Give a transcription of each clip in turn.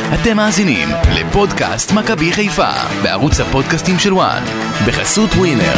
אתם מאזינים לפודקאסט מכבי חיפה בערוץ הפודקאסטים של וואן בחסות ווינר.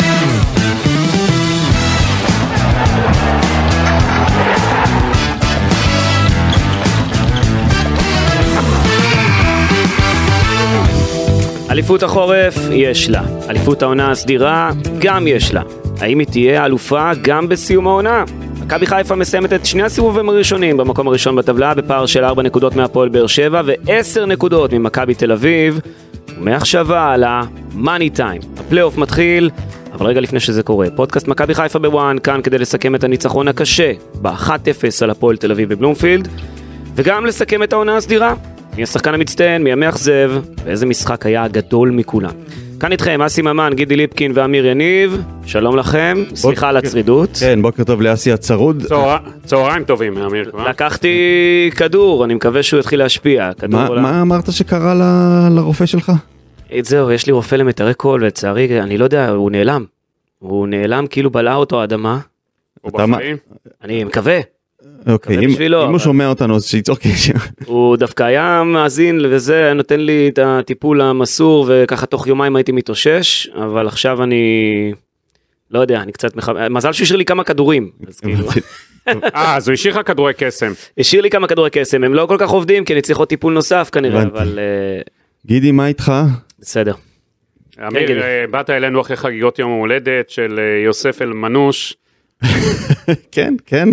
אליפות החורף יש לה, אליפות העונה הסדירה גם יש לה. האם היא תהיה אלופה גם בסיום העונה? מכבי חיפה מסיימת את שני הסיבובים הראשונים במקום הראשון בטבלה בפער של 4 נקודות מהפועל באר שבע ו10 נקודות ממכבי תל אביב. ומעכשיו הלאה, מאני טיים. הפלייאוף מתחיל, אבל רגע לפני שזה קורה, פודקאסט מכבי חיפה בוואן כאן כדי לסכם את הניצחון הקשה ב-1-0 על הפועל תל אביב בבלומפילד, וגם לסכם את העונה הסדירה. מי השחקן המצטיין, מי המאכזב, ואיזה משחק היה הגדול מכולם. כאן איתכם, אסי ממן, גידי ליפקין ואמיר יניב. שלום לכם, סליחה על הצרידות. כן, בוקר טוב לאסי הצרוד. צהריים טובים, אמיר. לקחתי כדור, אני מקווה שהוא יתחיל להשפיע. מה אמרת שקרה לרופא שלך? זהו, יש לי רופא למטרי קול, ולצערי, אני לא יודע, הוא נעלם. הוא נעלם כאילו בלעה אותו האדמה. הוא בחיים? אני מקווה. אוקיי, אם הוא שומע אותנו אז שיצור קשר. הוא דווקא היה מאזין וזה, נותן לי את הטיפול המסור, וככה תוך יומיים הייתי מתאושש, אבל עכשיו אני לא יודע, אני קצת מזל שהשאיר לי כמה כדורים. אז הוא השאיר לך כדורי קסם. השאיר לי כמה כדורי קסם, הם לא כל כך עובדים, כי אני צריך עוד טיפול נוסף כנראה, אבל... גידי, מה איתך? בסדר. אמיר, באת אלינו אחרי חגיגות יום ההולדת של יוסף אלמנוש, כן, כן,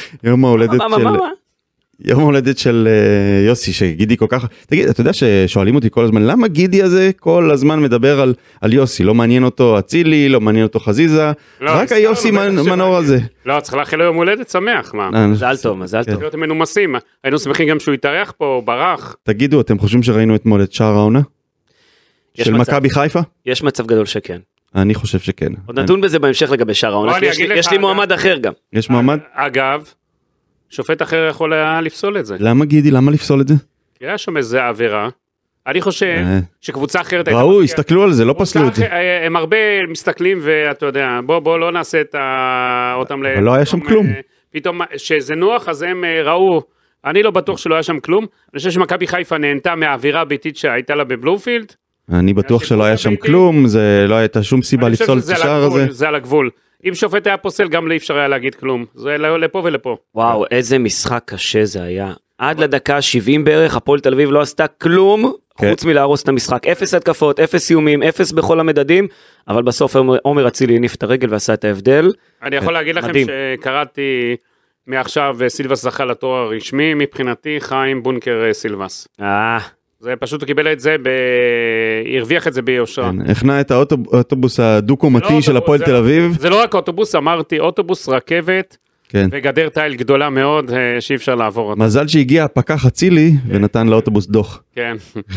יום ההולדת של יוסי, שגידי כל כך, תגיד, אתה יודע ששואלים אותי כל הזמן, למה גידי הזה כל הזמן מדבר על יוסי, לא מעניין אותו אצילי, לא מעניין אותו חזיזה, רק היוסי מנור הזה. לא, צריך לאחל לו יום הולדת שמח, מה? מזל טוב, מזל טוב. אתם מנומסים, היינו שמחים גם שהוא יתארח פה, ברח. תגידו, אתם חושבים שראינו אתמול את שער העונה? של מכבי חיפה? יש מצב גדול שכן. אני חושב שכן. עוד נדון בזה בהמשך לגבי שער העונה, יש לי מועמד אחר גם. יש מועמד? אגב, שופט אחר יכול היה לפסול את זה. למה גידי? למה לפסול את זה? כי היה שם איזה עבירה. אני חושב שקבוצה אחרת... ראו, הסתכלו על זה, לא פסלו את זה. הם הרבה מסתכלים ואתה יודע, בוא לא נעשה אותם... אבל לא היה שם כלום. פתאום, שזה נוח, אז הם ראו... אני לא בטוח שלא היה שם כלום. אני חושב שמכבי חיפה נהנתה מהאווירה הביתית שהייתה לה בבלומפילד. אני בטוח שלא היה שם כלום, זה לא הייתה שום סיבה לפסול את השער הזה. זה על הגבול. אם שופט היה פוסל, גם לא אפשר היה להגיד כלום. זה לפה ולפה. וואו, איזה משחק קשה זה היה. עד לדקה 70 בערך, הפועל תל אביב לא עשתה כלום, חוץ מלהרוס את המשחק. 0 התקפות, 0 סיומים, 0 בכל המדדים, אבל בסוף עומר אצילי הניף את הרגל ועשה את ההבדל. אני יכול להגיד לכם שקראתי מעכשיו סילבס זכה לתואר הרשמי, מבחינתי חיים בונקר סילבס. זה פשוט הוא קיבל את זה, הרוויח את זה ביושרה. הכנע את האוטובוס הדו-קומתי של הפועל תל אביב. זה לא רק אוטובוס, אמרתי אוטובוס, רכבת, וגדר תיל גדולה מאוד שאי אפשר לעבור אותה. מזל שהגיע הפקח אצילי ונתן לאוטובוס דוח. כן.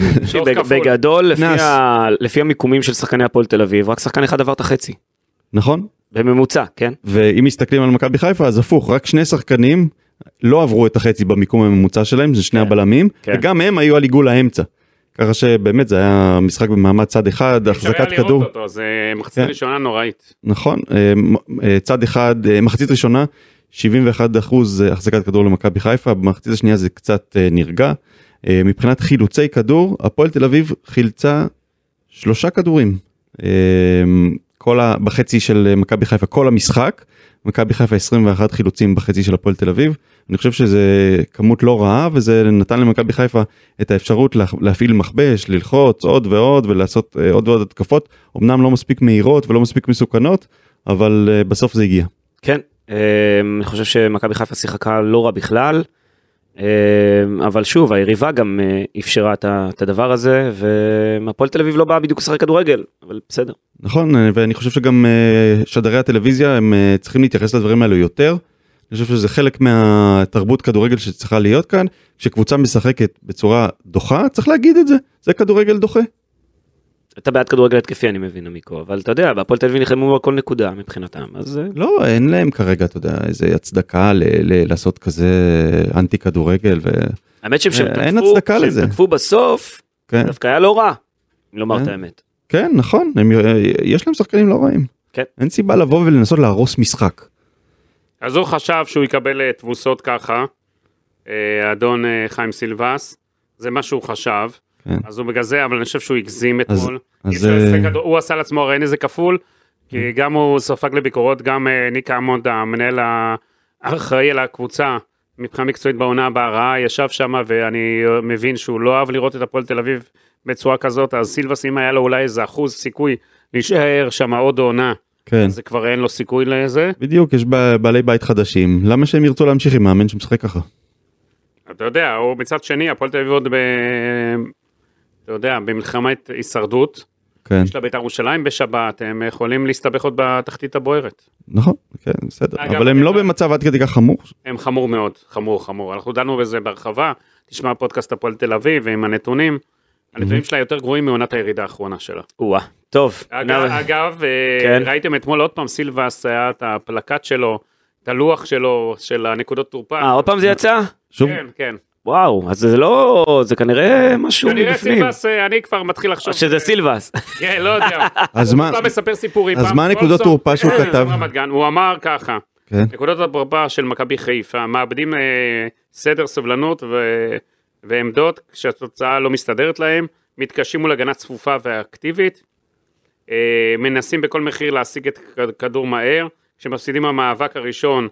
בגדול, לפי המיקומים של שחקני הפועל תל אביב, רק שחקן אחד עבר את החצי. נכון. בממוצע, כן. ואם מסתכלים על מכבי חיפה, אז הפוך, רק 2 שחקנים לא עברו את החצי במיקום הממוצע שלהם, זה 2 הבלמים, וגם הם היו על עיגול האמצע. ככה שבאמת זה היה משחק במעמד צד אחד, החזקת כדור. אפשר היה לראות אותו, זה מחצית ראשונה נוראית. נכון, צד אחד, מחצית ראשונה, 71% החזקת כדור למכבי חיפה, במחצית השנייה זה קצת נרגע. מבחינת חילוצי כדור, הפועל תל אביב חילצה 3 כדורים. בחצי של מכבי חיפה, כל המשחק, מכבי חיפה 21 חילוצים בחצי של הפועל תל אביב, אני חושב שזה כמות לא רעה, וזה נתן למכבי חיפה את האפשרות להפעיל מכבש, ללחוץ עוד ועוד, ולעשות עוד ועוד התקפות, אמנם לא מספיק מהירות ולא מספיק מסוכנות, אבל בסוף זה הגיע. כן, אני חושב שמכבי חיפה שיחקה לא רע בכלל, אבל שוב, היריבה גם אפשרה את הדבר הזה, והפועל תל אביב לא באה בדיוק לשחק כדורגל, אבל בסדר. נכון, ואני חושב שגם שדרי הטלוויזיה הם צריכים להתייחס לדברים האלו יותר. אני חושב שזה חלק מהתרבות כדורגל שצריכה להיות כאן, כשקבוצה משחקת בצורה דוחה, צריך להגיד את זה, זה כדורגל דוחה. אתה בעד כדורגל התקפי, אני מבין, עמיקו, אבל אתה יודע, בהפועל תל אביב נלחמו על כל נקודה מבחינתם, אז... לא, אין להם כרגע, אתה יודע, איזו הצדקה לעשות כזה אנטי כדורגל, האמת שהם תקפו בסוף, דווקא היה לא רע, אם לומר את האמת. כן, נכון, יש להם שחקנים לא רעים. אין סיבה לבוא ולנסות להרוס משחק. אז הוא חשב שהוא יקבל תבוסות ככה, אדון חיים סילבס, זה מה שהוא חשב, כן. אז הוא בגלל זה, אבל אני חושב שהוא הגזים אתמול. אז הוא עשה לעצמו הרי נזק כפול, כי גם הוא ספג לביקורות, גם ניק עמוד, המנהל האחראי על הקבוצה, מבחינה מקצועית בעונה בהרעה, ישב שם, ואני מבין שהוא לא אהב לראות את הפועל תל אביב בצורה כזאת, אז סילבס, אם היה לו אולי איזה אחוז סיכוי להישאר שם עוד עונה, כן. אז כבר אין לו סיכוי לזה. בדיוק, יש בעלי בית חדשים, למה שהם ירצו להמשיך עם מאמן שמשחק ככה? אתה יודע, הוא מצד שני, הפועל תל אביב עוד אתה יודע, במלחמת הישרדות, כן. יש לה בית"ר ירושלים בשבת, הם יכולים להסתבך עוד בתחתית הבוערת. נכון, כן, בסדר, אגב, אבל הם לא במצב עד כדי כך חמור. הם חמור מאוד, חמור. אנחנו דנו בזה בהרחבה, תשמע פודקאסט הפועל תל אביב, ועם הנתונים שלה יותר גרועים מעונת הירידה האחרונה שלה. טוב. אגב, ראיתם אתמול עוד פעם, סילבס היה את הפלקט שלו, את הלוח שלו, של הנקודות תורפה. עוד פעם זה יצא? שוב? כן. וואו, אז זה לא, זה כנראה משהו מבפנים. כנראה סילבס, אני כבר מתחיל לחשוב. שזה סילבס. כן, לא יודע. אז מה? הוא מספר סיפורים. אז מה נקודות תורפה שהוא כתב? הוא אמר ככה, כן. נקודות התורפה של מכבי חיפה, מאבדים סדר, סבלנות ועמדות, כשהתוצאה לא מסתדרת להם, מתקשים מול הגנה צפופה ואקטיבית, מנסים בכל מחיר להשיג את כדור מהר, כשמפסידים המאבק הראשון,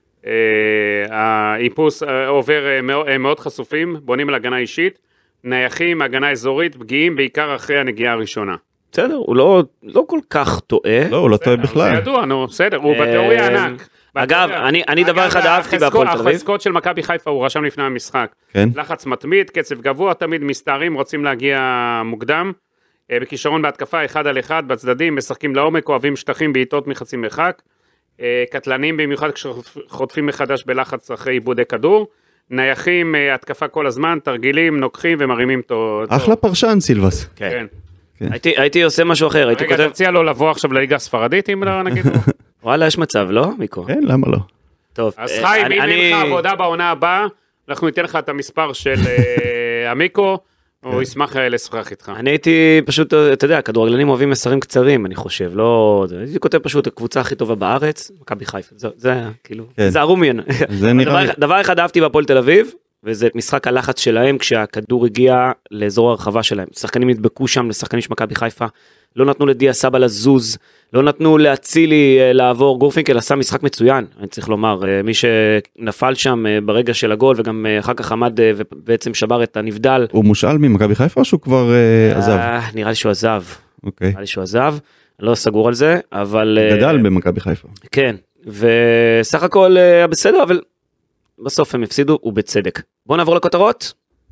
האיפוס עובר מאוד חשופים, בונים על הגנה אישית, נייחים, הגנה אזורית, פגיעים בעיקר אחרי הנגיעה הראשונה. בסדר, הוא לא כל כך טועה. לא, הוא לא טועה בכלל. זה ידוע, נו, בסדר, הוא בתיאוריה ענק. אגב, אני דבר אחד אהבתי בהפועל תל אביב. החזקות של מכבי חיפה הוא רשם לפני המשחק. כן. לחץ מתמיד, קצב גבוה, תמיד מסתערים, רוצים להגיע מוקדם. בכישרון בהתקפה 1 על 1, בצדדים, משחקים לעומק, אוהבים שטחים בעיטות מחצי מרחק. קטלנים במיוחד כשחוטפים מחדש בלחץ אחרי עיבודי כדור. נייחים, התקפה כל הזמן, תרגילים, נוקחים ומרימים טוב. אחלה פרשן סילבס. כן. הייתי עושה משהו אחר, הייתי רגע, כותב... תציע לו לבוא עכשיו לליגה הספרדית, אם לא נגיד לו. וואלה, יש מצב, לא, מיקו? כן, למה לא? טוב, אז חיים, אם אין לך עבודה בעונה הבאה, אנחנו ניתן לך את המספר של המיקו, הוא ישמח לשוחח איתך. אני הייתי פשוט, אתה יודע, כדורגלנים אוהבים מסרים קצרים, אני חושב, לא... הייתי כותב פשוט הקבוצה הכי טובה בארץ, מכבי חיפה, זה כאילו, זה ארומיין. דבר אחד אהבתי בהפועל תל אביב, וזה את משחק הלחץ שלהם, כשהכדור הגיע לאזור הרחבה שלהם. שחקנים נדבקו שם לשחקנים של מכבי חיפה, לא נתנו לדיה סבא לזוז, לא נתנו להצילי לעבור, גורפינקל עשה משחק מצוין, אני צריך לומר, מי שנפל שם ברגע של הגול, וגם אחר כך עמד ובעצם שבר את הנבדל. הוא מושאל ממכבי חיפה או שהוא כבר עזב? נראה לי שהוא עזב. אוקיי. נראה לי שהוא עזב, אני לא סגור על זה, אבל... גדל במכבי חיפה. כן, וסך הכל בסדר, אבל בסוף הם הפסידו, ובצדק. בואו נעבור לכותרות.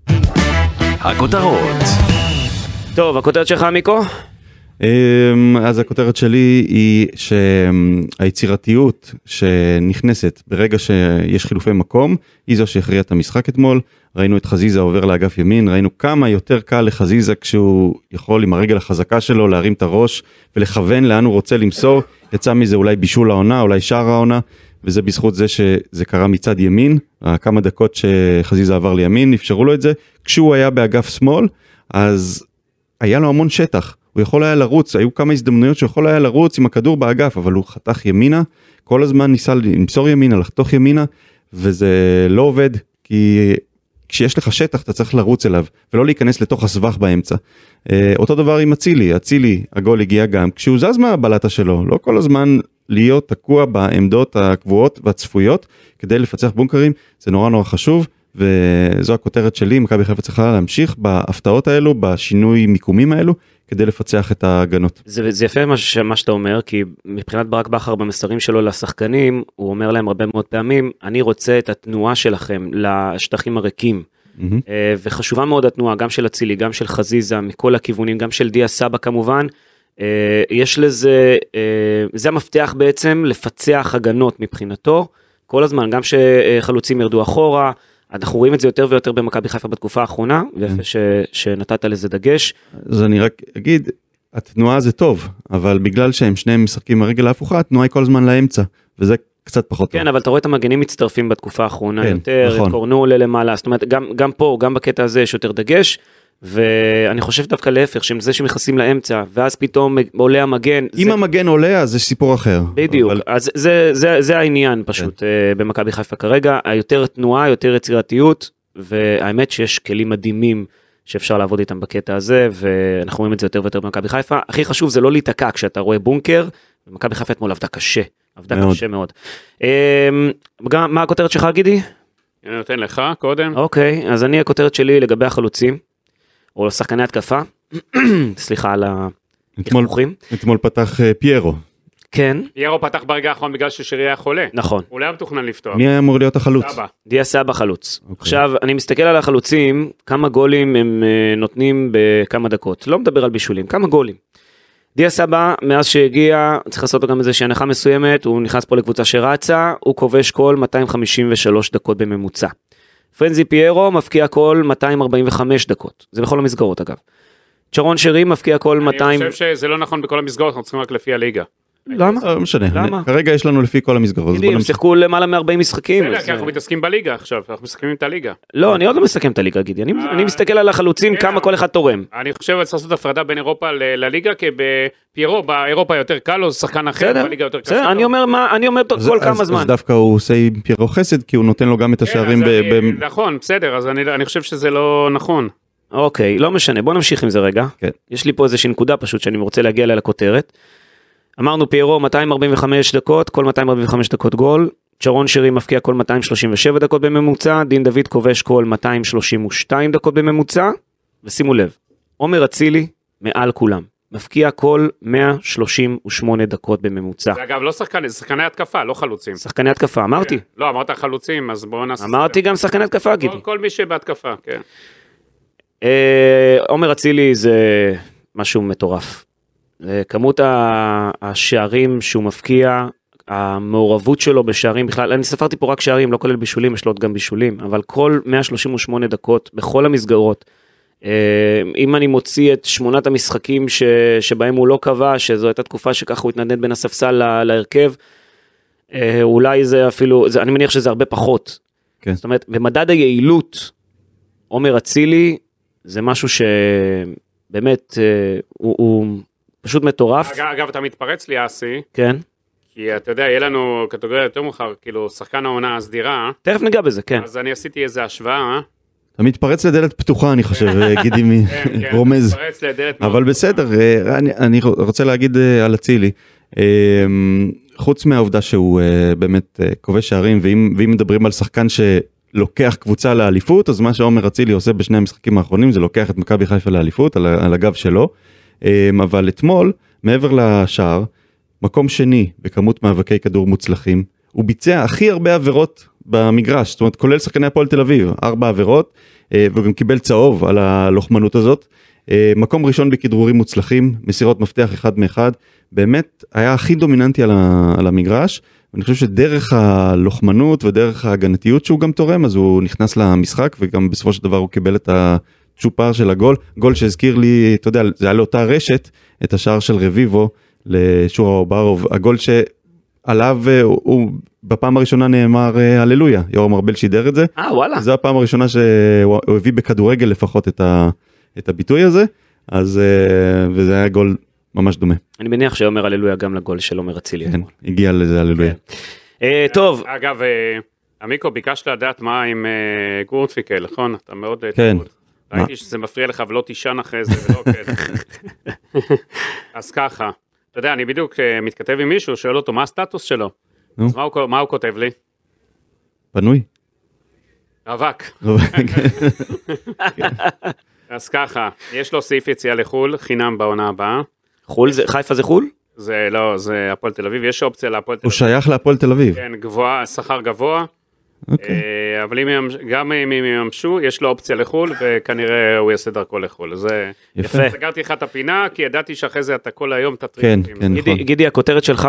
הכותרות. טוב, הכותרת שלך, מיקו? אז הכותרת שלי היא שהיצירתיות שנכנסת ברגע שיש חילופי מקום, היא זו שהכריעה את המשחק אתמול. ראינו את חזיזה עובר לאגף ימין, ראינו כמה יותר קל לחזיזה כשהוא יכול עם הרגל החזקה שלו להרים את הראש ולכוון לאן הוא רוצה למסור. יצא מזה אולי בישול העונה, אולי שער העונה, וזה בזכות זה שזה קרה מצד ימין. כמה דקות שחזיזה עבר לימין, אפשרו לו את זה. כשהוא היה באגף שמאל, אז היה לו המון שטח. הוא יכול היה לרוץ, היו כמה הזדמנויות שהוא יכול היה לרוץ עם הכדור באגף, אבל הוא חתך ימינה, כל הזמן ניסה למסור ימינה, לחתוך ימינה, וזה לא עובד, כי כשיש לך שטח אתה צריך לרוץ אליו, ולא להיכנס לתוך הסבך באמצע. אותו דבר עם אצילי, הגול הגיע גם, כשהוא זז מהבלטה שלו, לא כל הזמן להיות תקוע בעמדות הקבועות והצפויות, כדי לפצח בונקרים, זה נורא נורא חשוב, וזו הכותרת שלי, מכבי חיפה צריכה להמשיך בהפתעות האלו, בשינוי מיקומים האלו, כדי לפצח את ההגנות. זה יפה מה שאתה אומר, כי מבחינת ברק בכר במסרים שלו לשחקנים, הוא אומר להם הרבה מאוד פעמים, אני רוצה את התנועה שלכם לשטחים הריקים, וחשובה מאוד התנועה, גם של אצילי, גם של חזיזה, מכל הכיוונים, גם של דיה סבא כמובן, יש לזה, זה המפתח בעצם לפצח הגנות מבחינתו, כל הזמן, גם שחלוצים ירדו אחורה, אנחנו רואים את זה יותר ויותר במכבי חיפה בתקופה האחרונה, ויפה שנתת לזה דגש. אז אני רק אגיד, התנועה זה טוב, אבל בגלל שהם שניהם משחקים הרגל ההפוכה, התנועה היא כל הזמן לאמצע, וזה קצת פחות טוב. כן, אבל אתה רואה את המגנים מצטרפים בתקופה האחרונה יותר, קורנו למעלה, זאת אומרת, גם פה, גם בקטע הזה יש יותר דגש, ואני חושב דווקא להפך, שזה שמכנסים לאמצע, ואז פתאום עולה המגן. אם המגן עולה, אז זה סיפור אחר. בדיוק, אז זה העניין פשוט במכבי חיפה כרגע, היותר תנועה, יותר יצירתיות, והאמת שיש כלים מדהימים שאפשר לעבוד איתם בקטע הזה, ואנחנו רואים את זה יותר ויותר במכבי חיפה. הכי חשוב זה לא להתעקע כשאתה רואה בונקר, ומכבי חיפה אתמול עבדה קשה מאוד. מה הכותרת שלך, גידי? אני נותן לך קודם. אוקיי, אז הכותרת שלי לגבי החלוצים, או שחקני התקפה, סליחה על ההתמוחים. אתמול פתח פיירו. כן. פיירו פתח ברגע האחרון בגלל ששירי היה חולה. נכון. הוא לא היה מתוכנן לפתוח. מי היה אמור להיות החלוץ? סבא. דיה סבא חלוץ. עכשיו, אני מסתכל על החלוצים, כמה גולים הם נותנים בכמה דקות. לא מדבר על בישולים, כמה גולים. דיה סבא, מאז שהגיע, צריך לעשות לו גם איזושהי הנחה מסוימת, הוא נכנס פה לקבוצה שרצה, הוא כובש כל 253 דקות בממוצע. פרנזי פיירו מפקיע כל 245 דקות. זה בכל המסגרות אגב. צ'רון שרי מפקיע כל 200... אני חושב שזה לא נכון בכל המסגרות, אנחנו צריכים רק לפי הליגה. למה? לא משנה, למה? כרגע יש לנו לפי כל המסגרות. הם שיחקו למעלה מ-40 משחקים. בסדר, כי אנחנו מתעסקים בליגה עכשיו, אנחנו מסכמים את הליגה. לא, אני עוד לא מסכם את הליגה, גידי. אני מסתכל על החלוצים, כמה כל אחד תורם. אני חושב שצריך לעשות הפרדה בין אירופה לליגה, כי בפיירו, באירופה יותר קל לו, זה שחקן אחר, בליגה יותר קשה. אני אומר כל כמה זמן. אז דווקא הוא עושה עם פיירו חסד, כי הוא נותן לו גם את השערים. נכון, בסדר, אז אני חושב שזה לא נכון. אוקיי, לא משנה, בוא נמשיך עם זה רגע. יש לי פה איזושהי נקודה פשוט שאני רוצה להגיע אליה לכותרת. אמרנו פיירו 245 דקות, כל 245 דקות גול, צ'רון שרי מפקיע כל 237 דקות בממוצע, דין דוד כובש כל 232 דקות בממוצע, ושימו לב, עומר אצילי מעל כולם, מפקיע כל 138 דקות בממוצע. זה אגב לא שחקני, זה שחקני התקפה, לא חלוצים. שחקני התקפה, אמרתי. לא, אמרת חלוצים, אז בואו נעשה... אמרתי גם שחקני התקפה, גידי. כל מי שבהתקפה, כן. עומר אצילי זה משהו מטורף. כמות השערים שהוא מפקיע, המעורבות שלו בשערים בכלל, אני ספרתי פה רק שערים, לא כולל בישולים, יש לו עוד גם בישולים, אבל כל 138 דקות בכל המסגרות, אם אני מוציא את 8 המשחקים שבהם הוא לא קבע, שזו הייתה תקופה שככה הוא התנדנד בין הספסל להרכב, אולי זה אפילו, אני מניח שזה הרבה פחות. כן. זאת אומרת, במדד היעילות, עומר אצילי, זה משהו שבאמת הוא פשוט מטורף. אגב, אתה מתפרץ לי, אסי. כן. כי אתה יודע, יהיה לנו קטגוריה יותר מאוחר, כאילו, שחקן העונה הסדירה. תכף ניגע בזה, כן. אז אני עשיתי איזו השוואה. אתה מתפרץ לדלת פתוחה, אני חושב, גידי רומז. מתפרץ לדלת אבל בסדר, אני רוצה להגיד על אצילי, חוץ מהעובדה שהוא באמת כובש שערים, ואם מדברים על שחקן שלוקח קבוצה לאליפות, אז מה שעומר אצילי עושה בשני המשחקים האחרונים, זה לוקח את מכבי חיפה לאליפות, על הגב שלו. אבל אתמול, מעבר לשער, מקום שני בכמות מאבקי כדור מוצלחים, הוא ביצע הכי הרבה עבירות במגרש, זאת אומרת, כולל שחקני הפועל תל אביב, 4 עבירות, והוא גם קיבל צהוב על הלוחמנות הזאת. מקום ראשון בכדרורים מוצלחים, מסירות מפתח 1 מאחד, באמת היה הכי דומיננטי על המגרש, ואני חושב שדרך הלוחמנות ודרך ההגנתיות שהוא גם תורם, אז הוא נכנס למשחק, וגם בסופו של דבר הוא קיבל את הצ'ופר של הגול, גול שהזכיר לי, אתה יודע, זה היה לאותה רשת, את השער של רביבו לשורה אוברוב, הגול שעליו הוא בפעם הראשונה נאמר הללויה, יורם ארבל שידר את זה. וואלה. זו הפעם הראשונה שהוא הביא בכדורגל לפחות את הביטוי הזה, אז וזה היה גול ממש דומה. אני מניח שאומר הללויה גם לגול של עומר אצילי. כן, הגיע לזה הללויה. טוב. אגב, עמיקו, ביקשת לדעת מה עם גורדפיקל, נכון? אתה מאוד... כן. ראיתי שזה מפריע לך ולא תישן אחרי זה, ולא כן. אז ככה, אתה יודע, אני בדיוק מתכתב עם מישהו, שואל אותו מה הסטטוס שלו. אז מה הוא כותב לי? פנוי. רווק. אז ככה, יש לו סעיף יציאה לחול, חינם בעונה הבאה. חול, חיפה זה חול? זה לא, זה הפועל תל אביב, יש אופציה להפועל תל אביב. הוא שייך להפועל תל אביב. כן, גבוה, שכר גבוה. אבל גם אם הם ימשו, יש לו אופציה לחול, וכנראה הוא יעשה דרכו לחול. יפה. סגרתי לך את הפינה, כי ידעתי שאחרי זה אתה כל היום תטריד. כן, כן, נכון. גידי, הכותרת שלך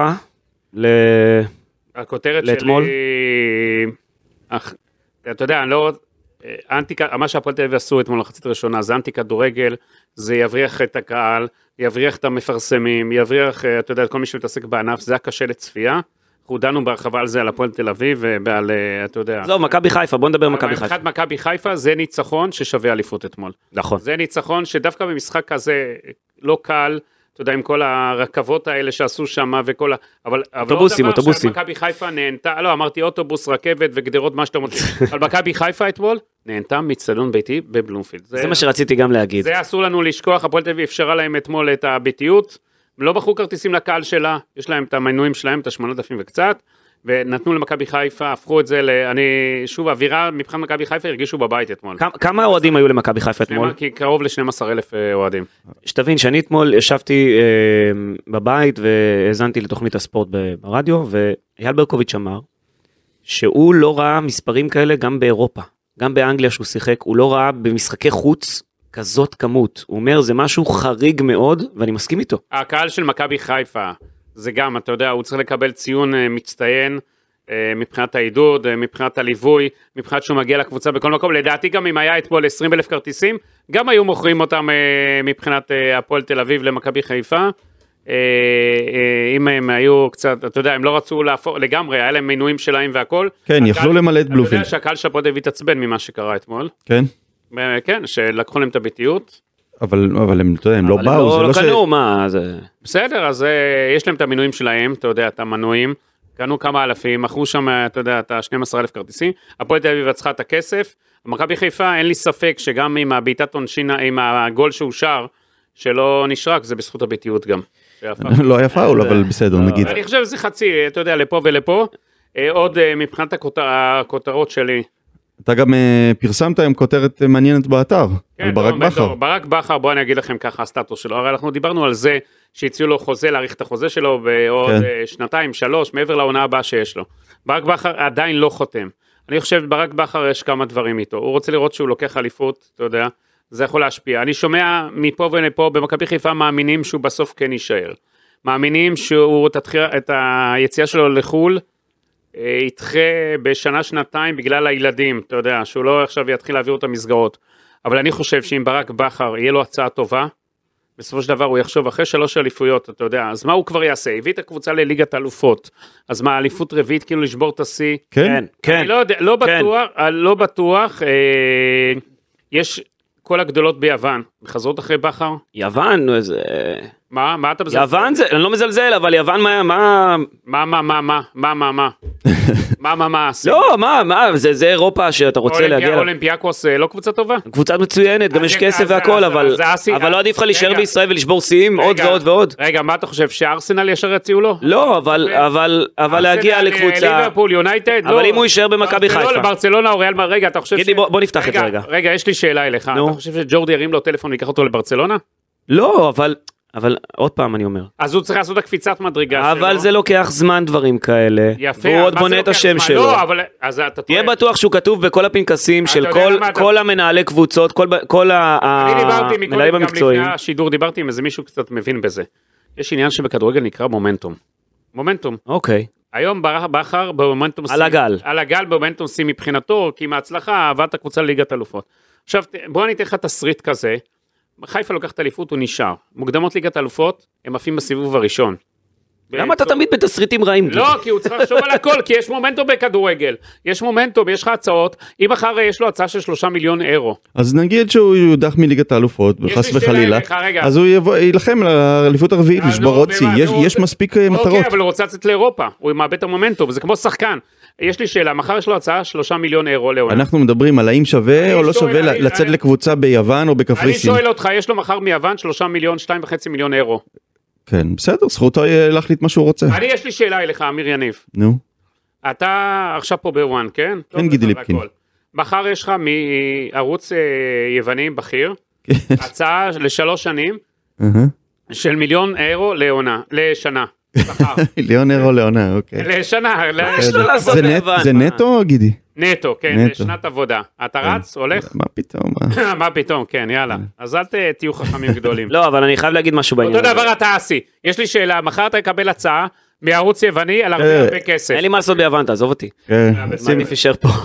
הכותרת לאתמול? שלי, אתה יודע, אני לא... מה שהפועל תל אביב עשו אתמול לחצית ראשונה, זה אנטי כדורגל, זה יבריח את הקהל, יבריח את המפרסמים, יבריח, אתה יודע, כל מי שמתעסק בענף, זה היה קשה לצפייה. אנחנו דנו בהרחבה על זה, על הפועל תל אביב, ועל, אתה יודע... זהו, מכבי חיפה, בוא נדבר מכבי חיפה. מבחינת מכבי חיפה, זה ניצחון ששווה אליפות אתמול. נכון. זה ניצחון שדווקא במשחק כזה לא קל, אתה יודע, עם כל הרכבות האלה שעשו שם וכל אבל אוטובוסים, אוטובוסים. מכבי חיפה נהנתה, לא, אמרתי אוטובוס, רכבת וגדרות, מה שאתה רוצה. אבל מכבי חיפה אתמול נהנתה מצטדיון ביתי בבלומפילד. זה מה שרציתי גם להגיד. זה אסור לנו לשכוח, הפועל תל אביב אפשרה להם אתמול את הביתיות, לא בחרו כרטיסים לקהל שלה, יש להם את המנויים שלהם, את 8,000 וקצת, ונתנו למכבי חיפה, הפכו את זה שוב, אווירה מבחינת מכבי חיפה הרגישו בבית אתמול. כמה אוהדים היו למכבי חיפה אתמול? כי קרוב ל-12,000 אוהדים. שתבין שאני אתמול ישבתי בבית והאזנתי לתוכנית הספורט ברדיו, ואייל ברקוביץ' אמר שהוא לא ראה מספרים כאלה גם באירופה, גם באנגליה שהוא שיחק, הוא לא ראה במשחקי חוץ כזאת כמות. הוא אומר זה משהו חריג מאוד, ואני מסכים איתו. הקהל של מכבי חיפה, זה גם, אתה יודע, הוא צריך לקבל ציון מצטיין, מבחינת העידוד, מבחינת הליווי, מבחינת שהוא מגיע לקבוצה בכל מקום, לדעתי גם אם היה אתמול 20,000 כרטיסים, גם היו מוכרים אותם מבחינת הפועל תל אביב למכבי חיפה, אם הם היו קצת, אתה יודע, הם לא רצו להפוך, לגמרי, היה להם מינויים שלהם והכל. כן, יכלו למלא את בלומפילד. אתה יודע שהקהל של הפועל תל אביב התעצבן ממה שקרה אתמול. כן. כן, שלקחו להם את הביתיות. אבל הם, אתה יודע, הם לא באו. לא קנו, מה זה... בסדר, אז יש להם את המינויים שלהם, אתה יודע, את המנויים, קנו כמה אלפים, מכרו שם, אתה יודע, את ה-12,000 כרטיסים, הפועל תל אביב צריכה את הכסף, מכבי חיפה, אין לי ספק שגם עם הבעיטת עונשין, עם הגול שאושר, שלא נשרק, זה בזכות הביתיות גם. לא היה פאול, אבל בסדר, נגיד. אני חושב שזה חצי, אתה יודע, לפה ולפה, עוד מבחינת הכותרות שלי. אתה גם פרסמת עם כותרת מעניינת באתר, על ברק בכר. ברק בכר, בוא אני אגיד לכם ככה, הסטטוס שלו, הרי אנחנו דיברנו על זה, שהציעו לו חוזה, להאריך את החוזה שלו, בעוד שנתיים, 3, מעבר לעונה הבאה שיש לו. ברק בכר עדיין לא חותם. אני חושב, ברק בכר יש כמה דברים איתו, הוא רוצה לראות שהוא לוקח אליפות, אתה יודע, זה יכול להשפיע. אני שומע מפה ולפה, במכבי חיפה מאמינים שהוא בסוף כן יישאר. מאמינים שהוא את היציאה שלו לחול, יתחה בשנה, שנתיים בגלל הילדים, אתה יודע, שהוא לא עכשיו יתחיל להעביר אותם מסגרות. אבל אני חושב שאם ברק בכר יהיה לו הצעה טובה, בסופו של דבר הוא יחשוב אחרי 3 אליפויות, אתה יודע, אז מה הוא כבר יעשה? הביא את הקבוצה לליגת אלופות, אז מה, אליפות רביעית כאילו לשבור את השיא? כן, כן. אני לא יודע, לא בטוח, יש כל הגדולות ביוון, מחזרות אחרי בכר? יוון, זה... מה אתה מזלזל? יוון זה, אני לא מזלזל, אבל יוון מה? לא, מה, זה אירופה שאתה רוצה להגיע. אולימפיאקוס לא קבוצה טובה? קבוצה מצוינת, גם יש כסף והכל, אבל לא עדיף לך להישאר בישראל ולשבור שיאים עוד ועוד ועוד. רגע, מה אתה חושב, שארסנל ישר יציעו לו? לא, אבל להגיע לקבוצה, ליברפול, יונייטד, אבל אם הוא יישאר במכבי חיפה. ברצלונה או ריאל, רגע, אתה חושב גידי, בוא נפתח את זה רגע. רגע, יש לי שאלה אליך, אתה חושב שג'ורדי ירים לו טלפון ויקח אותו לברצלונה? לא, אבל עוד פעם אני אומר. אז הוא צריך לעשות את הקפיצת מדרגה שלו. אבל זה לוקח זמן דברים כאלה. יפה. והוא עוד בונה את השם שלו. לא, אבל... אז אתה טועה. תהיה בטוח שהוא כתוב בכל הפנקסים של כל המנהלי קבוצות, כל המנהלים המקצועיים. גם לפני השידור דיברתי עם איזה מישהו קצת מבין בזה. יש עניין שבכדורגל נקרא מומנטום. מומנטום. אוקיי. היום בכר במומנטום על הגל. על הגל במומנטום סי מבחינתו, כי מההצלחה עבדת הקבוצה לליגת אלופות. עכשיו, בוא אני אתן לך תסריט כזה. חיפה לוקחת אליפות, הוא נשאר. מוקדמות ליגת אלופות, הם עפים בסיבוב הראשון. למה אתה תמיד בתסריטים רעים? לא, כי הוא צריך לחשוב על הכל, כי יש מומנטום בכדורגל. יש מומנטום, יש לך הצעות. אם אחר יש לו הצעה של 3 מיליון אירו. אז נגיד שהוא יודח מליגת האלופות, חס וחלילה. אז הוא ילחם על האליפות הרביעית, לשבור עוד צי. יש מספיק מטרות. אוקיי, אבל הוא רוצה לצאת לאירופה. הוא מאבד את המומנטום, זה כמו שחקן. יש לי שאלה, מחר יש לו הצעה 3 מיליון אירו לעונה. אנחנו מדברים על האם שווה או לא שווה לצאת לקבוצה ביוון או בקפריסין. אני שואל אותך, יש לו מחר מיוון 3 מיליון, 2.5 מיליון אירו. כן, בסדר, זכותו להחליט מה שהוא רוצה. יש לי שאלה אליך, אמיר יניב. נו. אתה עכשיו פה בוואן, כן? כן, גידי ליפקין. מחר יש לך מערוץ יווני בכיר, הצעה ל3 שנים, של 1 מיליון אירו לשנה. מיליון אירו לעונה, אוקיי. לשנה. זה נטו, גידי? נטו, כן, לשנת עבודה. אתה רץ, הולך? מה פתאום? מה פתאום, כן, יאללה. אז אל תהיו חכמים גדולים. לא, אבל אני חייב להגיד משהו בעניין. אותו דבר אתה עשי. יש לי שאלה, מחר אתה יקבל הצעה מערוץ יווני על הרבה כסף. אין לי מה לעשות ביוון, תעזוב אותי. מה אני פישר פה?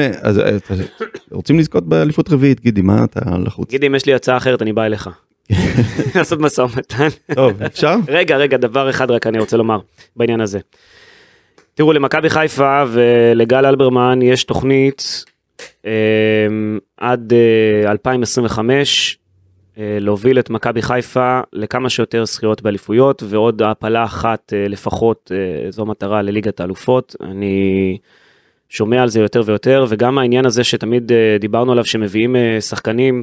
רוצים לזכות באליפות רביעית, גידי, מה אתה לחוץ? גידי, אם יש לי הצעה אחרת, אני בא אליך. לעשות משא ומתן. טוב, אפשר? רגע, דבר אחד רק אני רוצה לומר בעניין הזה. תראו, למכבי חיפה ולגל אלברמן יש תוכנית עד 2025 להוביל את מכבי חיפה לכמה שיותר זכיות באליפויות, ועוד הפלה אחת לפחות, זו מטרה לליגת האלופות. אני שומע על זה יותר ויותר, וגם העניין הזה שתמיד דיברנו עליו, שמביאים שחקנים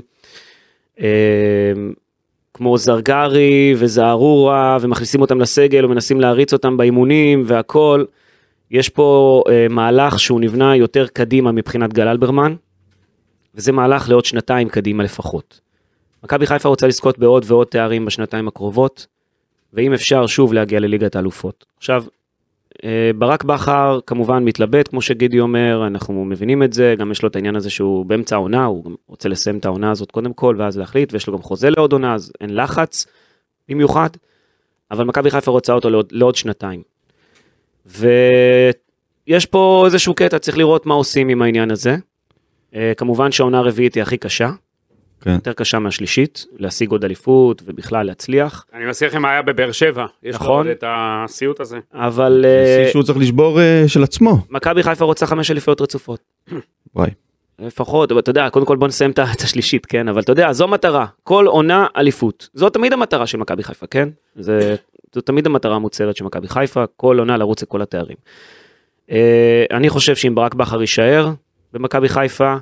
כמו זרגרי וזערורה, ומכניסים אותם לסגל, ומנסים להריץ אותם באימונים והכל. יש פה מהלך שהוא נבנה יותר קדימה מבחינת גל אלברמן, וזה מהלך לעוד 2 קדימה לפחות. מכבי חיפה רוצה לזכות בעוד ועוד תארים בשנתיים הקרובות, ואם אפשר שוב להגיע לליגת האלופות. עכשיו, ברק בכר כמובן מתלבט, כמו שגידי אומר, אנחנו מבינים את זה, גם יש לו את העניין הזה שהוא באמצע העונה, הוא רוצה לסיים את העונה הזאת קודם כל, ואז להחליט, ויש לו גם חוזה לעוד עונה, אז אין לחץ במיוחד, אבל מכבי חיפה רוצה אותו לעוד 2. ויש פה איזשהו קטע, צריך לראות מה עושים עם העניין הזה. כמובן שהעונה הרביעית היא הכי קשה, יותר קשה מהשלישית, להשיג עוד אליפות ובכלל להצליח. אני מזכיר לכם מה היה בבאר שבע, יש לו עוד את הסיוט הזה. אבל... שהוא צריך לשבור של עצמו. מכבי חיפה רוצה 5 אליפויות רצופות. וואי. לפחות, אתה יודע, קודם כל בוא נסיים את השלישית, כן? אבל אתה יודע, זו מטרה, כל עונה אליפות. זו תמיד המטרה של מכבי חיפה, כן? זו תמיד המטרה המוצהרת של מכבי חיפה, כל עונה לרוץ לכל התארים. אני חושב שאם ברק בכר יישאר במכבי חיפה,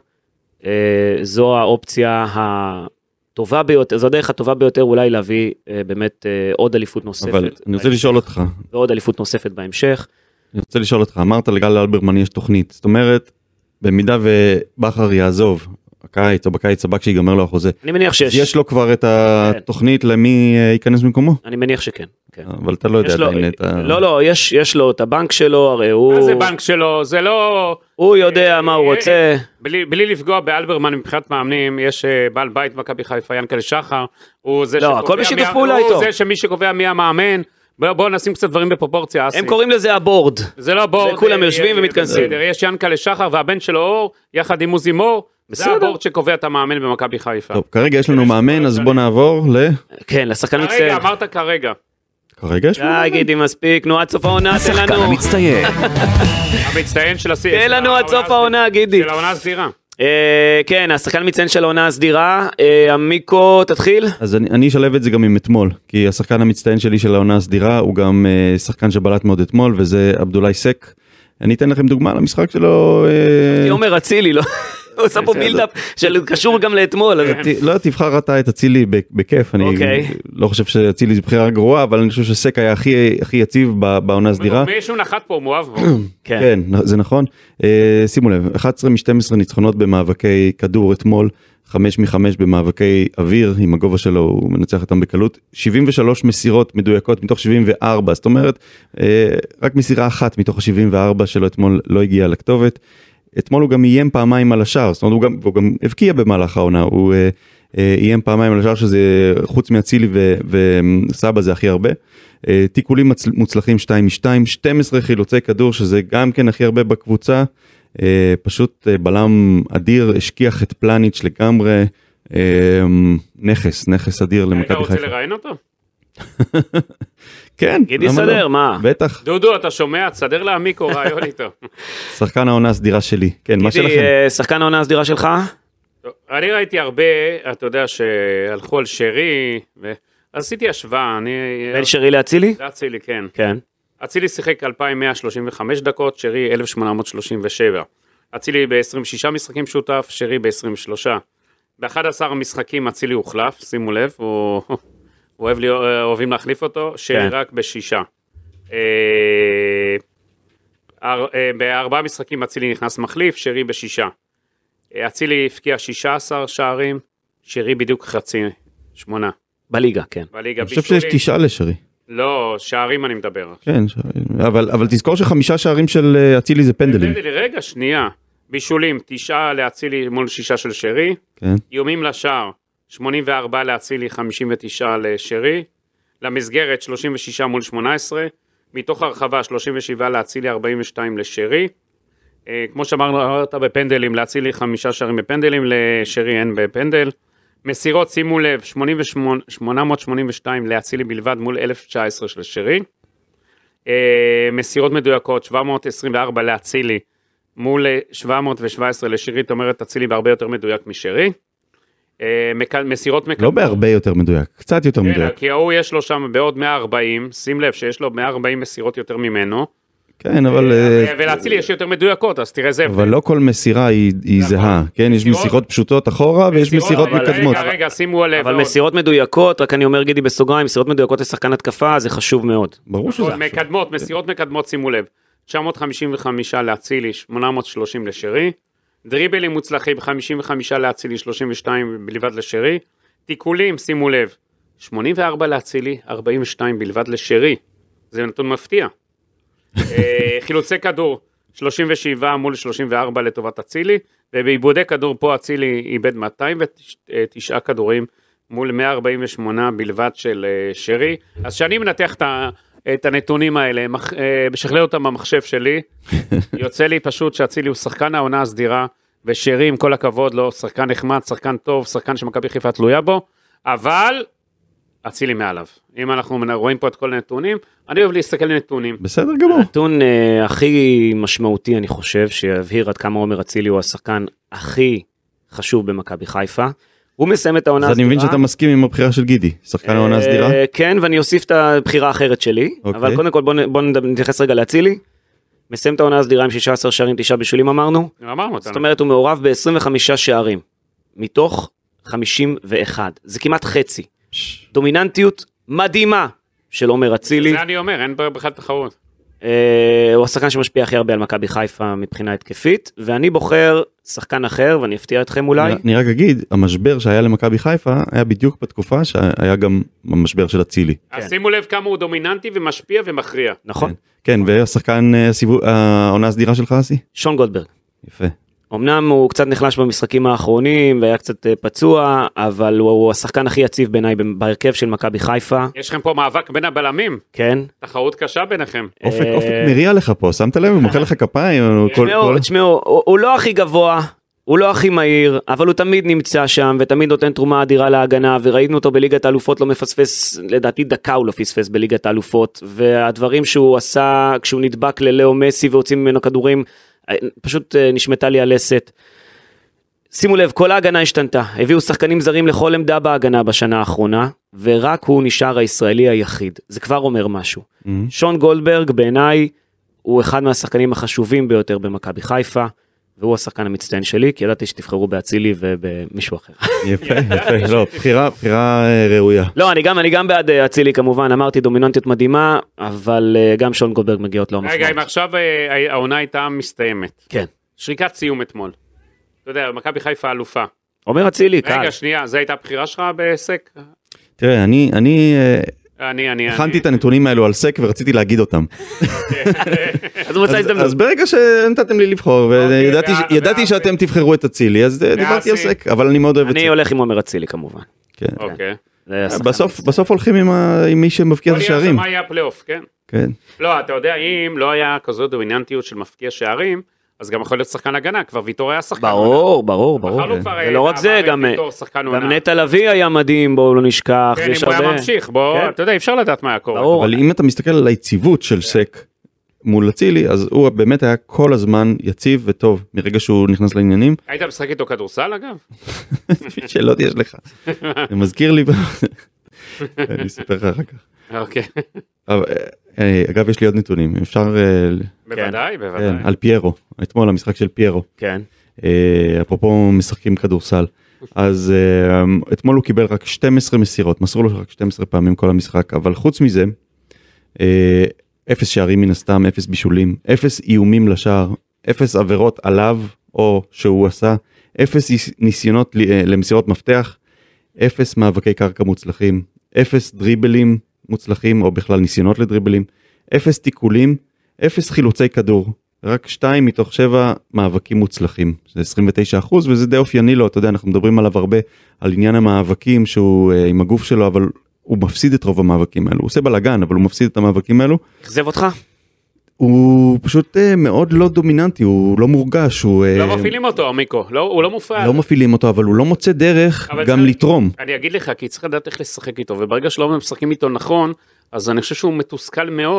זו האופציה הטובה ביותר, זו הדרך הטובה ביותר אולי להביא באמת עוד אליפות נוספת. אבל אני רוצה לשאול אותך. ועוד אליפות נוספת בהמשך. אני רוצה לשאול אותך, אמרת לגל אלברמן יש תוכנית, זאת אומרת, במידה ובכר יעזוב, הקיץ או בקיץ הבא כשיגמר לו החוזה. אני מניח שיש. יש לו כבר את התוכנית למי ייכנס במקומו? אני מניח שכן. אבל אתה לא יודע עדיין את ה... לא, יש לו את הבנק שלו, הרי הוא... מה זה בנק שלו? זה לא... הוא יודע מה הוא רוצה. בלי לפגוע באלברמן מבחינת מאמנים, יש בעל בית מכבי חיפה, ינקלה שחר, הוא זה לא, הכל בשיתוף פעולה איתו. הוא זה שמי שקובע מי המאמן, בואו נשים קצת דברים בפרופורציה. הם קוראים לזה הבורד. זה לא בורד. זה כולם יושבים ומתכנסים. יש ינקלה שחר והבן שלו אור, יחד עם עוזי מור, זה הבורד שקובע את המאמן במכבי חיפה. טוב, כרגע יש לנו מאמן, אז בוא נעבור ל... כן, לשחקן מצטיין. כרגע, אמרת כרגע. כרגע יש לנו... גידי, מספיק, נו, עד סוף העונה, תן לנו. השחקן המצטיין. המצטיין של הסיר. תן לנו עד סוף העונה, גידי. של העונה הסדירה. כן, השחקן מצטיין של העונה הסדירה. עמיקו, תתחיל. אז אני אשלב את זה גם עם אתמול, כי השחקן המצטיין שלי של העונה הסדירה, הוא גם שחקן שבלט מאוד אתמול, וזה עבדולאי סק. אני אתן לכם דוגמה למשחק שלו. אומר אצילי, לא? הוא עושה פה בילדאפ של קשור גם לאתמול. לא, תבחר אתה את אצילי בכיף, אני לא חושב שאצילי זה בחירה גרועה, אבל אני חושב שסק היה הכי יציב בעונה הסדירה. מישהו נחת פה, מואב בו. כן, זה נכון. שימו לב, 11 מ-12 ניצחונות במאבקי כדור אתמול, 5 מ-5 במאבקי אוויר, עם הגובה שלו הוא מנצח אותם בקלות, 73 מסירות מדויקות מתוך 74, זאת אומרת, רק מסירה אחת מתוך ה-74 שלו אתמול לא הגיעה לכתובת. אתמול הוא גם איים פעמיים על השער, זאת אומרת הוא גם הבקיע במהלך העונה, הוא איים פעמיים על השער שזה חוץ מאצילי וסבא זה הכי הרבה, תיקולים מוצלחים 2 מ-2, 12 חילוצי כדור שזה גם כן הכי הרבה בקבוצה, פשוט בלם אדיר, השכיח את פלניץ' לגמרי, נכס אדיר למכבי חיפה. אתה רוצה לראיין אותו? כן, גידי סדר, מה? בטח. דודו, אתה שומע? תסדר לעמיקו רעיון איתו. שחקן העונה הסדירה שלי, כן, מה שלכם? גידי, שחקן העונה הסדירה שלך? אני ראיתי הרבה, אתה יודע שהלכו על שרי, ועשיתי השוואה. בין שרי לאצילי? לאצילי, כן. כן. אצילי שיחק 2135 דקות, שרי 1837. אצילי ב-26 משחקים שותף, שרי ב-23. ב-11 המשחקים אצילי הוחלף, שימו לב, אוהבים להחליף אותו, שרי רק ב6. ב4 משחקים אצילי נכנס מחליף, שרי ב6. אצילי הפקיע 16 שערים, שרי בדיוק חצי, 8. בליגה, כן. אני חושב שיש 9 לשרי. לא, שערים אני מדבר. כן, אבל תזכור ש5 שערים של אצילי זה פנדלים. רגע, שנייה. בישולים, 9 לאצילי מול 6 של שרי. כן. איומים לשער, 84 לאצילי, 59 לשרי. למסגרת, 36 מול 18. מתוך הרחבה, 37 לאצילי, 42 לשרי. כמו שאמרת בפנדלים, לאצילי 5 שערים בפנדלים, לשרי אין בפנדל. מסירות, שימו לב, 882 לאצילי בלבד מול 1019 של שרי. מסירות מדויקות, 724 לאצילי מול 717 לשרי, זאת אומרת, אצילי בהרבה יותר מדויק משרי. מסירות מקדמות. לא בהרבה יותר מדויק, קצת יותר מדויק. כי הוא יש לו שם בעוד 140, שים לב שיש לו 140 מסירות יותר ממנו. כן, אבל... ולהצילי יש יותר מדויקות, אז תראה זה. אבל לא כל מסירה היא זהה, כן? יש מסירות פשוטות אחורה ויש מסירות מקדמות. רגע, שימו לב. אבל מסירות מדויקות, רק אני אומר גידי בסוגריים, מסירות מדויקות לשחקן התקפה, זה חשוב מאוד. ברור שזה. מקדמות, מסירות מקדמות, שימו לב. 955 להצילי, 830 לשרי. דריבלים מוצלחים, 55 להצילי, 32 בלבד לשרי. תיקולים, שימו לב. 84 להצילי, 42 בלבד לשרי. זה נתון מפתיע. חילוצי כדור 37 מול 34 לטובת אצילי, ובעיבודי כדור פה אצילי איבד 209 כדורים מול 148 בלבד של שרי. אז שאני מנתח את הנתונים האלה, משכלל אותם במחשב שלי, יוצא לי פשוט שאצילי הוא שחקן העונה הסדירה, ושרי עם כל הכבוד לו, שחקן נחמד, שחקן טוב, שחקן שמכבי חיפה תלויה בו, אבל אצילי מעליו. אם אנחנו רואים פה את כל הנתונים, אני אוהב להסתכל לנתונים. בסדר גמור. הנתון הכי משמעותי, אני חושב, שיבהיר עד כמה עומר אצילי הוא השחקן הכי חשוב במכבי חיפה. הוא מסיים את העונה הסדירה. אז אני מבין שאתה מסכים עם הבחירה של גידי, שחקן העונה הסדירה? כן, ואני אוסיף את הבחירה האחרת שלי, אבל קודם כל בוא נתייחס רגע לאצילי. מסיים את העונה הסדירה עם 16 שערים, 9 בישולים אמרנו. זאת אומרת, הוא מעורב ב-25 שערים, מתוך 51. זה כמעט חצי. דומיננטיות מדהימה של עומר אצילי. זה אני אומר, אין בכלל תחרות. הוא השחקן שמשפיע הכי הרבה על מכבי חיפה מבחינה התקפית, ואני בוחר שחקן אחר, ואני אפתיע אתכם אולי. אני רק אגיד, המשבר שהיה למכבי חיפה, היה בדיוק בתקופה שהיה גם המשבר של אצילי. אז שימו לב כמה הוא דומיננטי ומשפיע ומכריע. נכון. כן, והשחקן העונה הסדירה שלך, אסי? שון גולדברג. יפה. אמנם הוא קצת נחלש במשחקים האחרונים, והיה קצת פצוע, אבל הוא השחקן הכי יציב בעיניי בהרכב של מכבי חיפה. יש לכם פה מאבק בין הבלמים. כן. תחרות קשה ביניכם. אופק מריע לך פה, שמת לב? הוא מוחא לך כפיים. תשמעו, הוא לא הכי גבוה, הוא לא הכי מהיר, אבל הוא תמיד נמצא שם, ותמיד נותן תרומה אדירה להגנה, וראינו אותו בליגת האלופות לא מפספס, לדעתי דקה הוא לא פספס בליגת האלופות, והדברים שהוא עשה כשהוא נדבק ללאו מסי והוציא ממנו כדורים, פשוט נשמתה לי הלסת. שימו לב, כל ההגנה השתנתה, הביאו שחקנים זרים לכל עמדה בהגנה בשנה האחרונה, ורק הוא נשאר הישראלי היחיד, זה כבר אומר משהו. שון גולדברג בעיניי, הוא אחד מהשחקנים החשובים ביותר במכבי חיפה, והוא השחקן המצטיין שלי, כי ידעתי שתבחרו באצילי ובמישהו אחר. יפה, יפה, לא, בחירה ראויה. לא, אני גם בעד אצילי כמובן, אמרתי דומיננטיות מדהימה, אבל גם שון גולדברג מגיעות לו משמעות. רגע, אם עכשיו העונה הייתה מסתיימת. כן. שריקת סיום אתמול. אתה יודע, מכבי חיפה אלופה. עומר אצילי, קל. רגע, שנייה, זו הייתה הבחירה שלך בסק? תראה, אני הכנתי את הנתונים האלו על סק ורציתי להגיד אותם. אז ברגע שנתתם לי לבחור, וידעתי שאתם תבחרו את אצילי, אז דיברתי על סק, אבל אני מאוד אוהב את סק. אני הולך עם עומר אצילי כמובן. אוקיי. בסוף הולכים עם מי שמבקיע את השערים. מה היה הפלייאוף, כן? כן. לא, אתה יודע, אם לא היה כזו דומיננטיות של מפקיע שערים, אז גם יכול להיות שחקן הגנה, כבר ויטור היה שחקן. ברור. ולא רק זה, גם נטע לביא היה מדהים, בואו לא נשכח. כן, אם הוא היה ממשיך, בואו, אתה יודע, אפשר לדעת מה היה קורה. אבל אם אתה מסתכל על היציבות של סק מול אצילי, אז הוא באמת היה כל הזמן יציב וטוב, מרגע שהוא נכנס לעניינים. היית משחק איתו כדורסל, אגב? שאלות יש לך. זה מזכיר לי, אני אספר לך אחר כך. אוקיי. אגב, יש לי עוד נתונים, אפשר... בוודאי. על פיירו, אתמול המשחק של פיירו. כן. אפרופו משחקים כדורסל. אז אתמול הוא קיבל רק 12 מסירות, מסרו לו רק 12 פעמים כל המשחק, אבל חוץ מזה, 0 שערים מן הסתם, 0 בישולים, 0 איומים לשער, 0 עבירות עליו או שהוא עשה, 0 ניסיונות למסירות מפתח, 0 מאבקי קרקע מוצלחים, 0 דריבלים מוצלחים או בכלל ניסיונות לדריבלים, 0 תיקולים, 0 חילוצי כדור, רק 2 מתוך 7 מאבקים מוצלחים, זה 29%, וזה די אופייני לו, אתה יודע, אנחנו מדברים עליו הרבה, על עניין המאבקים שהוא עם הגוף שלו, אבל הוא מפסיד את רוב המאבקים האלו, הוא עושה בלגן, אבל הוא מפסיד את המאבקים האלו. אכזב אותך? הוא פשוט מאוד לא דומיננטי, הוא לא מורגש, הוא... לא מפעילים אותו, עמיקו, הוא לא מופעל. לא מפעילים אותו, אבל הוא לא מוצא דרך גם לתרום. אני אגיד לך, כי צריך לדעת איך לשחק איתו, וברגע שלא משחקים איתו נכון, אז אני חושב שהוא מתוסכל מאוד.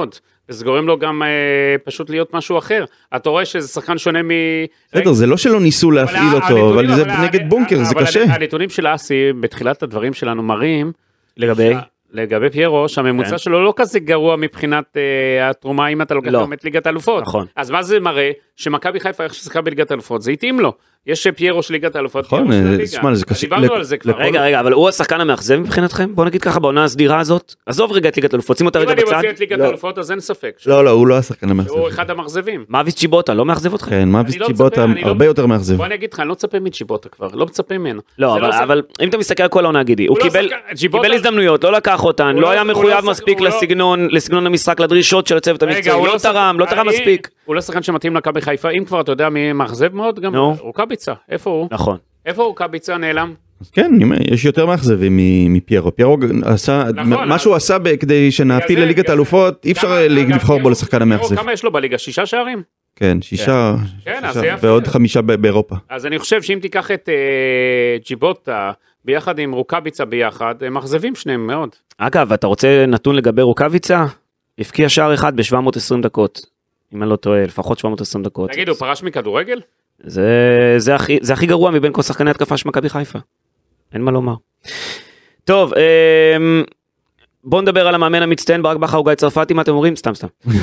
וזה גורם לו גם פשוט להיות משהו אחר. אתה רואה שזה שחקן שונה בסדר, זה לא שלא ניסו להפעיל אותו, אבל זה נגד בונקר, זה קשה. הנתונים של אסי, בתחילת הדברים שלנו מראים, לגבי פיירו, שהממוצע שלו לא כזה גרוע מבחינת התרומה, אם אתה לוקח גם את ליגת האלופות. נכון. אז מה זה מראה? שמכבי חיפה איך ששיחקה בליגת האלופות, זה התאים לו. יש פיירו של ליגת האלופות, נכון, זה קשה. דיברנו על זה כבר. רגע, אבל הוא השחקן המאכזב מבחינתכם? בוא נגיד ככה, בעונה הסדירה הזאת, עזוב רגע את ליגת האלופות, שים אותה רגע בצד. אם אני מוציא את ליגת האלופות, אז אין ספק. לא, הוא לא השחקן המאכזב. הוא אחד המאכזבים. מאביס צ'יבוטה, לא מאכזב אותך? כן, מאביס צ'יבוטה הרבה יותר מאכזב. בוא אני אגיד לך, אני לא מצפה מצ'יבוטה כבר, לא מצפה ממנו. לא, אבל אם אתה מסתכל על כל העונה, גידי, הוא קיבל הזדמנויות, לא לקח אותן, לא היה מחויב מספיק לסגנון המשחק, לדרישות של הצוות המקצועי, לא תרם מספיק. הוא לא שחקן שמתאים למכבי חיפה, אם כבר אתה יודע מי מאכזב מאוד, גם רוקאביצה, איפה הוא? נכון. איפה רוקאביצה נעלם? כן, יש יותר מאכזבים מפיירו. פיירו עשה, מה שהוא עשה כדי שנעתיל לליגת האלופות, אי אפשר לבחור בו לשחקן המאכזב. כמה יש לו בליגה? 6 שערים? כן, 6 ועוד 5 באירופה. אז אני חושב שאם תיקח את ג'יבוטה ביחד עם רוקאביצה ביחד, הם מאכזבים שניהם מאוד. אגב, אתה רוצה נתון לגבי רוקאביצה? הפקיע שער אחד ב-720 דקות. אם אני לא טועה, לפחות 720 דקות. תגיד, הוא פרש מכדורגל? זה הכי גרוע מבין כל שחקני התקפה של מכבי חיפה. אין מה לומר. טוב, בואו נדבר על המאמן המצטיין, ברק בכר או גיא צרפתי, מה אתם אומרים? סתם.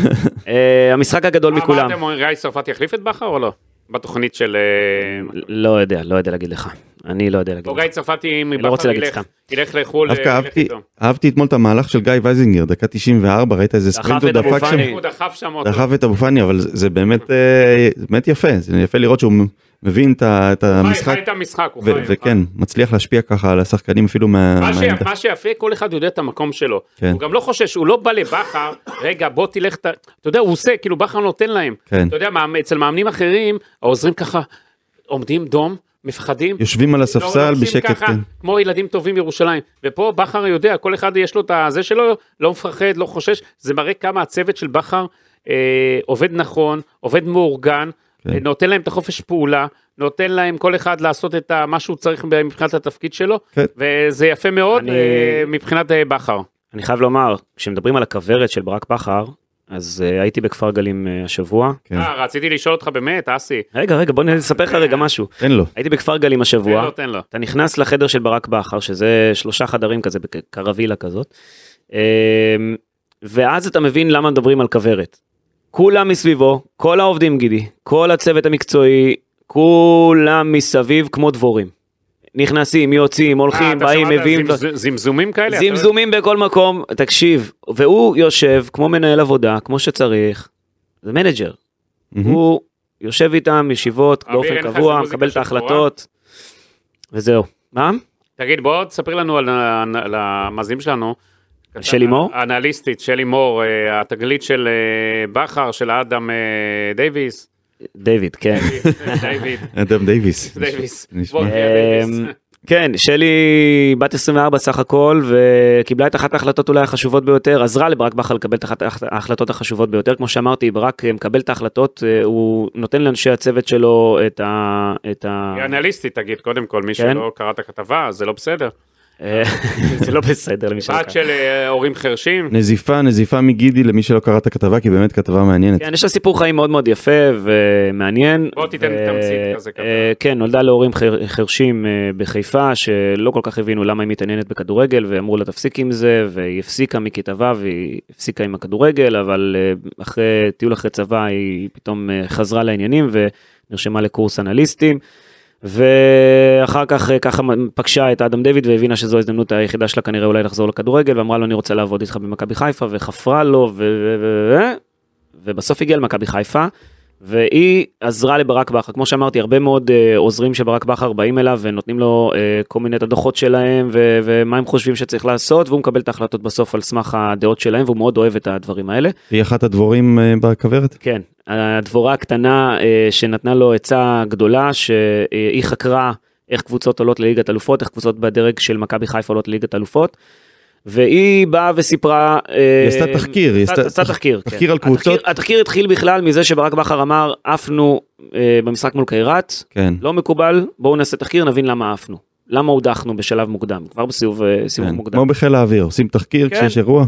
המשחק הגדול מכולם. מה אתם אומרים, גיא צרפתי יחליף את בכר או לא? בתוכנית של... לא יודע להגיד לך. אני לא יודע להגיד לך. או גיא צרפתי מבכר ילך לחול. אהבתי אתמול את המהלך של גיא וייזינגר, דקה 94, ראית איזה ספרינט הוא דפק שם. הוא דחף שם אותו. דחף את אבו פאני, אבל זה באמת יפה. זה יפה לראות שהוא מבין את המשחק. חי את המשחק, הוא חי. וכן, מצליח להשפיע ככה על השחקנים אפילו מה שיפה, כל אחד יודע את המקום שלו. הוא גם לא חושש, הוא לא בא לבכר, רגע בוא תלך, אתה יודע, הוא עושה, כאילו בכר נותן להם. אתה יודע, אצל מאמנים אחרים, העוזרים ככה, עומדים דום, מפחדים. יושבים על הספסל בשקט. כמו ילדים טובים בירושלים. ופה בכר יודע, כל אחד יש לו את זה שלו, לא מפחד, לא חושש. זה מראה כמה הצוות של בכר עובד נכון, עובד מאורגן, נותן להם את החופש פעולה, נותן להם כל אחד לעשות את מה שהוא צריך מבחינת התפקיד שלו, וזה יפה מאוד מבחינת בכר. אני חייב לומר, כשמדברים על הכוורת של ברק בכר, אז הייתי בכפר גלים השבוע. רציתי לשאול אותך באמת, אסי. רגע, בוא נספר לך רגע משהו. תן לו. הייתי בכפר גלים השבוע. תן לו. אתה נכנס לחדר של ברק בכר, שזה 3 חדרים כזה, בקרווילה כזאת. ואז אתה מבין למה מדברים על כוורת. כולם מסביבו, כל העובדים גידי, כל הצוות המקצועי, כולם מסביב כמו דבורים. נכנסים, יוצאים, הולכים, באים, מביאים. זמזומים כאלה? זמזומים בכל מקום, תקשיב, והוא יושב כמו מנהל עבודה, כמו שצריך, זה מנג'ר. הוא יושב איתם, ישיבות, באופן קבוע, מקבל את ההחלטות, וזהו. מה? תגיד, בוא תספר לנו על המאזינים שלנו, שלי מור? האנליסטית, שלי מור, התגלית של בכר, של אדם דייביס. דיוויד, כן. אדם דייביס. כן, שלי בת 24 סך הכל, וקיבלה את אחת ההחלטות אולי החשובות ביותר, עזרה לברק בכר לקבל את אחת ההחלטות החשובות ביותר, כמו שאמרתי, ברק מקבל את ההחלטות, הוא נותן לאנשי הצוות שלו את ה... היא אנליסטית, תגיד, קודם כל, מי שלא קרא את הכתבה, זה לא בסדר. זה לא בסדר למי שלא בת של הורים חרשים. נזיפה מגידי למי שלא קרא את הכתבה, כי באמת כתבה מעניינת. כן, יש לה סיפור חיים מאוד מאוד יפה ומעניין. בוא תיתן תמצית כזה כתבה. כן, נולדה להורים חרשים בחיפה, שלא כל כך הבינו למה היא מתעניינת בכדורגל, ואמרו לה תפסיק עם זה, והיא הפסיקה מכיתה ו' והיא הפסיקה עם הכדורגל, אבל אחרי טיול אחרי צבא היא פתאום חזרה לעניינים, ונרשמה לקורס אנליסטים. ואחר כך ככה פגשה את אדם דיוויד והבינה שזו ההזדמנות היחידה שלה כנראה אולי לחזור לכדורגל, ואמרה לו אני רוצה לעבוד איתך במכבי חיפה, וחפרה לו ובסוף הגיעה למכבי חיפה, והיא עזרה לברק בכר, כמו שאמרתי, הרבה מאוד עוזרים שברק בכר באים אליו ונותנים לו כל מיני את הדוחות שלהם ומה הם חושבים שצריך לעשות, והוא מקבל את ההחלטות בסוף על סמך הדעות שלהם, והוא מאוד אוהב את הדברים האלה. היא אחת הדבורים בכוורת? כן, הדבורה הקטנה שנתנה לו עצה גדולה, שהיא חקרה איך קבוצות עולות לליגת אלופות, איך קבוצות בדרג של מכבי חיפה עולות לליגת אלופות, והיא באה וסיפרה... היא עשתה תחקיר. היא עשתה תחקיר. תחקיר על קבוצות. התחקיר התחיל בכלל מזה שברק בכר אמר, עפנו במשחק מול קיירת, לא מקובל, בואו נעשה תחקיר, נבין למה עפנו. למה הודחנו בשלב מוקדם, כבר בסיבוב מוקדם. כמו בחיל האוויר, עושים תחקיר כשיש אירוע.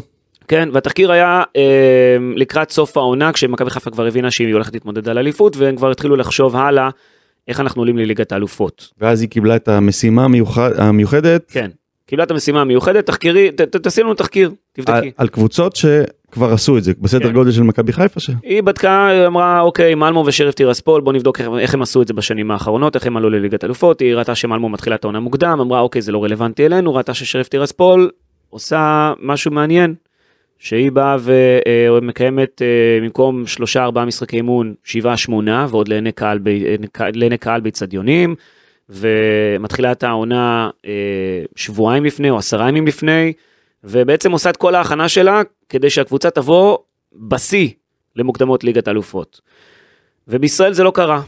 כן, והתחקיר היה לקראת סוף העונה, כשמכבי חיפה כבר הבינה שהיא הולכת להתמודד על אליפות, והם כבר התחילו לחשוב הלאה, איך אנחנו עולים לליגת האלופות. ואז היא קיבלה את המשימה המיוחדת. כן, קיבלה את המשימה המיוחדת, תחקירי, תעשי לנו תחקיר, תבדקי. על קבוצות שכבר עשו את זה, בסדר גודל של מכבי חיפה היא בדקה, אמרה, אוקיי, מלמו ושריף טירספול, בוא נבדוק איך הם עשו את זה בשנים האחרונות, איך הם עלו לליגת האלופות, היא ראתה שמלמו מתחילה את העונה מוקדם, אמרה, אוקיי, זה לא רלוונטי אלינו, ראתה ששריף טירספול עושה משהו מעניין, שהיא באה ומקיימת במקום 3-4 משחקי אימון, 7-8, ועוד לעיני קהל באצטדיונים, ומתחילה את העונה שבועיים לפני או 10 ימים לפני, ובעצם עושה את כל ההכנה שלה, כדי שהקבוצה תבוא בשיא למוקדמות ליגת האלופות. ובישראל זה לא קרה.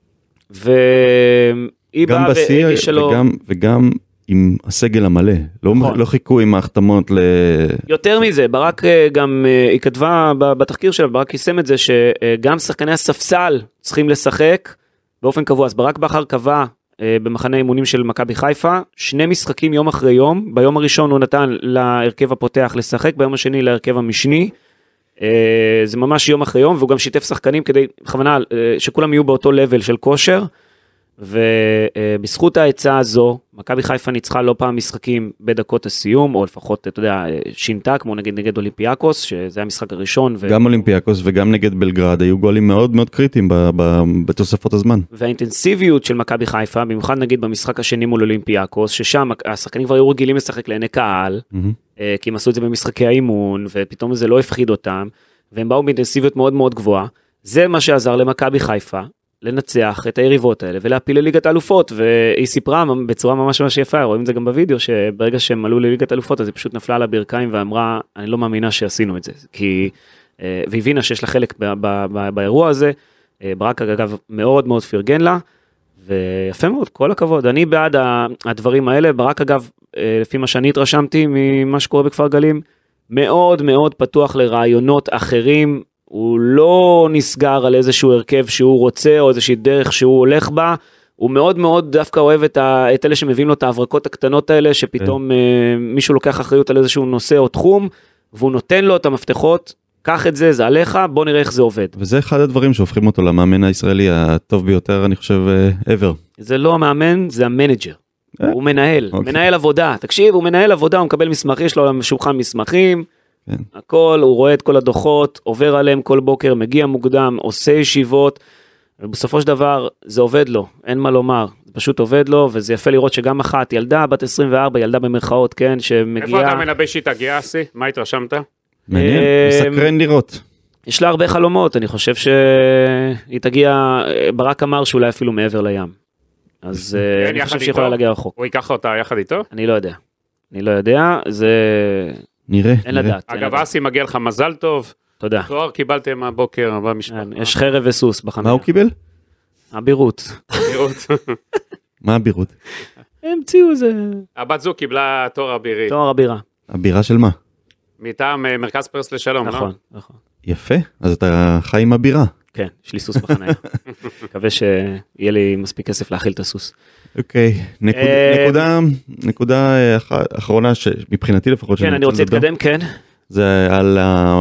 והיא באה והגיש שלו... וגם עם הסגל המלא, לא חיכו עם ההחתמות יותר מזה, ברק גם, היא כתבה בתחקיר שלה, ברק יישם את זה, שגם שחקני הספסל צריכים לשחק באופן קבוע. אז ברק בכר קבע במחנה אימונים של מכבי חיפה, 2 משחקים יום אחרי יום, ביום הראשון הוא נתן להרכב הפותח לשחק, ביום השני להרכב המשני, זה ממש יום אחרי יום, והוא גם שיתף שחקנים כדי, בכוונה, שכולם יהיו באותו לבל של כושר, ובזכות ההצעה הזו, מכבי חיפה ניצחה לא פעם משחקים בדקות הסיום, או לפחות, אתה יודע, שינתה, כמו נגד אולימפיאקוס, שזה המשחק הראשון. גם אולימפיאקוס וגם נגד בלגרד, היו גולים מאוד מאוד קריטיים בתוספות הזמן. והאינטנסיביות של מכבי חיפה, במיוחד נגיד במשחק השני מול אולימפיאקוס, ששם השחקנים כבר היו רגילים לשחק לעיני קהל, כי הם עשו את זה במשחקי האימון, ופתאום זה לא הפחיד אותם, והם באו באינטנסיביות מאוד מאוד גבוהה. זה מה שעזר למכבי חיפה לנצח את היריבות האלה ולהפיל לליגת האלופות, והיא סיפרה בצורה ממש ממש יפה, רואים את זה גם בווידאו, שברגע שהם עלו לליגת האלופות, אז היא פשוט נפלה על הברכיים ואמרה, אני לא מאמינה שעשינו את זה, והבינה שיש לה חלק באירוע הזה. ברק אגב מאוד מאוד פרגן לה, ויפה מאוד, כל הכבוד. אני בעד הדברים האלה. ברק אגב, לפי מה שאני התרשמתי ממה שקורה בכפר גלים, מאוד מאוד פתוח לרעיונות אחרים, הוא לא נסגר על איזשהו הרכב שהוא רוצה, או איזושהי דרך שהוא הולך בה, הוא מאוד מאוד דווקא אוהב את אלה שמביאים לו את ההברקות הקטנות האלה, שפתאום מישהו לוקח אחריות על איזשהו נושא או תחום, והוא נותן לו את המפתחות, קח את זה, זה עליך, בוא נראה איך זה עובד. וזה אחד הדברים שהופכים אותו למאמן הישראלי הטוב ביותר, אני חושב, ever. זה לא המאמן, זה המנג'ר. הוא מנהל, מנהל עבודה. תקשיב, הוא מנהל עבודה, הוא מקבל מסמכים, יש לו שולחן מסמכים, הכל, הוא רואה את כל הדוחות, עובר עליהם כל בוקר, מגיע מוקדם, עושה ישיבות, ובסופו של דבר זה עובד לו, אין מה לומר, זה פשוט עובד לו, וזה יפה לראות שגם אחת, ילדה בת 24, ילדה במרכאות, כן, שמגיעה... איפה אתה מנבא שהיא תגיע, אסי? מה התרשמת? מעניין, מסקרן לראות. יש לה הרבה חלומות, אני חושב שהיא תגיע, ברק אמר שאולי אפילו מעבר לים, אז אני חושב שהיא יכולה להגיע רחוק. הוא ייקח אותה יחד איתו? אני לא יודע, זה... נראה. אין לדעת. אגב, אסי, מגיע לך מזל טוב. תודה. תואר קיבלתם הבוקר במשפחה. יש חרב וסוס בחניה. מה הוא קיבל? הבירות. מה הבירות? המציאו זה. הבת זו קיבלה תואר אבירי. תואר הבירה. הבירה של מה? מטעם מרכז פרס לשלום, לא? נכון, נכון. יפה, אז אתה חי עם הבירה. כן, יש לי סוס בחניה. מקווה שיהיה לי מספיק כסף להאכיל את הסוס. אוקיי, נקודה אחרונה שמבחינתי לפחות... כן, אני רוצה להתקדם, כן. זה על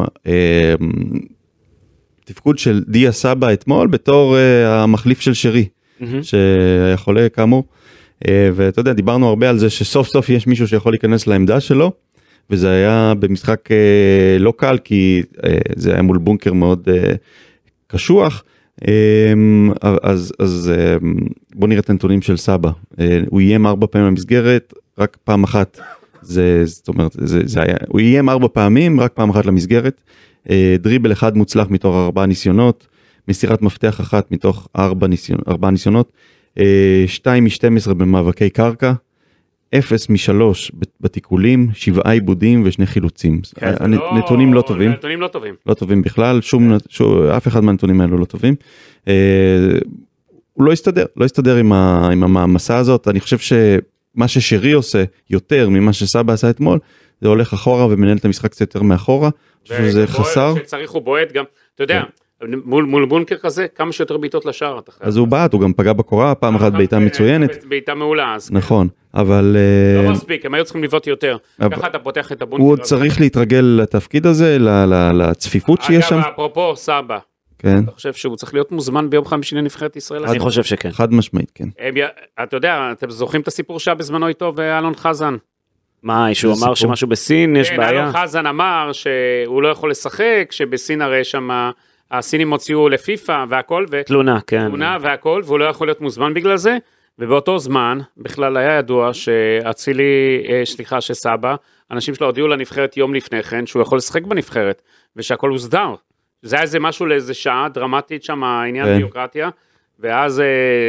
התפקוד של דיה סבא אתמול בתור המחליף של שרי, שהיה חולה כאמור, ואתה יודע, דיברנו הרבה על זה שסוף סוף יש מישהו שיכול להיכנס לעמדה שלו, וזה היה במשחק לא קל, כי זה היה מול בונקר מאוד קשוח, אז בוא נראה את הנתונים של סבא. הוא איים 4 פעמים למסגרת, רק פעם אחת, זאת אומרת, הוא איים 4 פעמים, רק פעם אחת למסגרת, דריבל 1 מוצלח מתוך 4 ניסיונות, מסירת מפתח 1 מתוך 4 ניסיונות, 2 מ-12 במאבקי קרקע, 0 מ-3 בתיקולים, 7 עיבודים ו2 חילוצים. נתונים לא טובים. נתונים לא טובים. לא טובים בכלל, אף אחד מהנתונים האלו לא טובים. הוא לא הסתדר עם המסע הזאת. אני חושב שמה ששרי עושה יותר ממה שסבא עשה אתמול, זה הולך אחורה ומנהל את המשחק קצת יותר מאחורה. זה חסר. שצריך הוא בועט גם, אתה יודע, מול בונקר כזה, כמה שיותר בעיטות לשער. אז הוא בעט, הוא גם פגע בקורה, פעם אחת בעיטה מצוינת. בעיטה מעולה. נכון. אבל... לא מספיק, הם היו צריכים לבעוט יותר. ככה אתה פותח את הבונקר. הוא עוד צריך להתרגל לתפקיד הזה, לצפיפות שיש שם. אגב, אפרופו סבא. כן. אתה חושב שהוא צריך להיות מוזמן ביום חמישי לנבחרת ישראל? אני חושב שכן. חד משמעית, כן. אתה יודע, אתם זוכרים את הסיפור שהיה בזמנו איתו ואלון חזן? מה, שהוא אמר שמשהו בסין יש בעיה? כן, אלון חזן אמר שהוא לא יכול לשחק, שבסין הרי שם הסינים הוציאו לפיפה והכל. תלונה, כן. תלונה והכל, והוא לא יכול להיות מוזמן בגלל זה. ובאותו זמן, בכלל היה ידוע שסבא, אנשים שלו הודיעו לנבחרת יום לפני כן, שהוא יכול לשחק בנבחרת, ושהכל הוסדר. זה היה איזה משהו לאיזה שעה דרמטית שם, העניין ביוקרטיה, ואז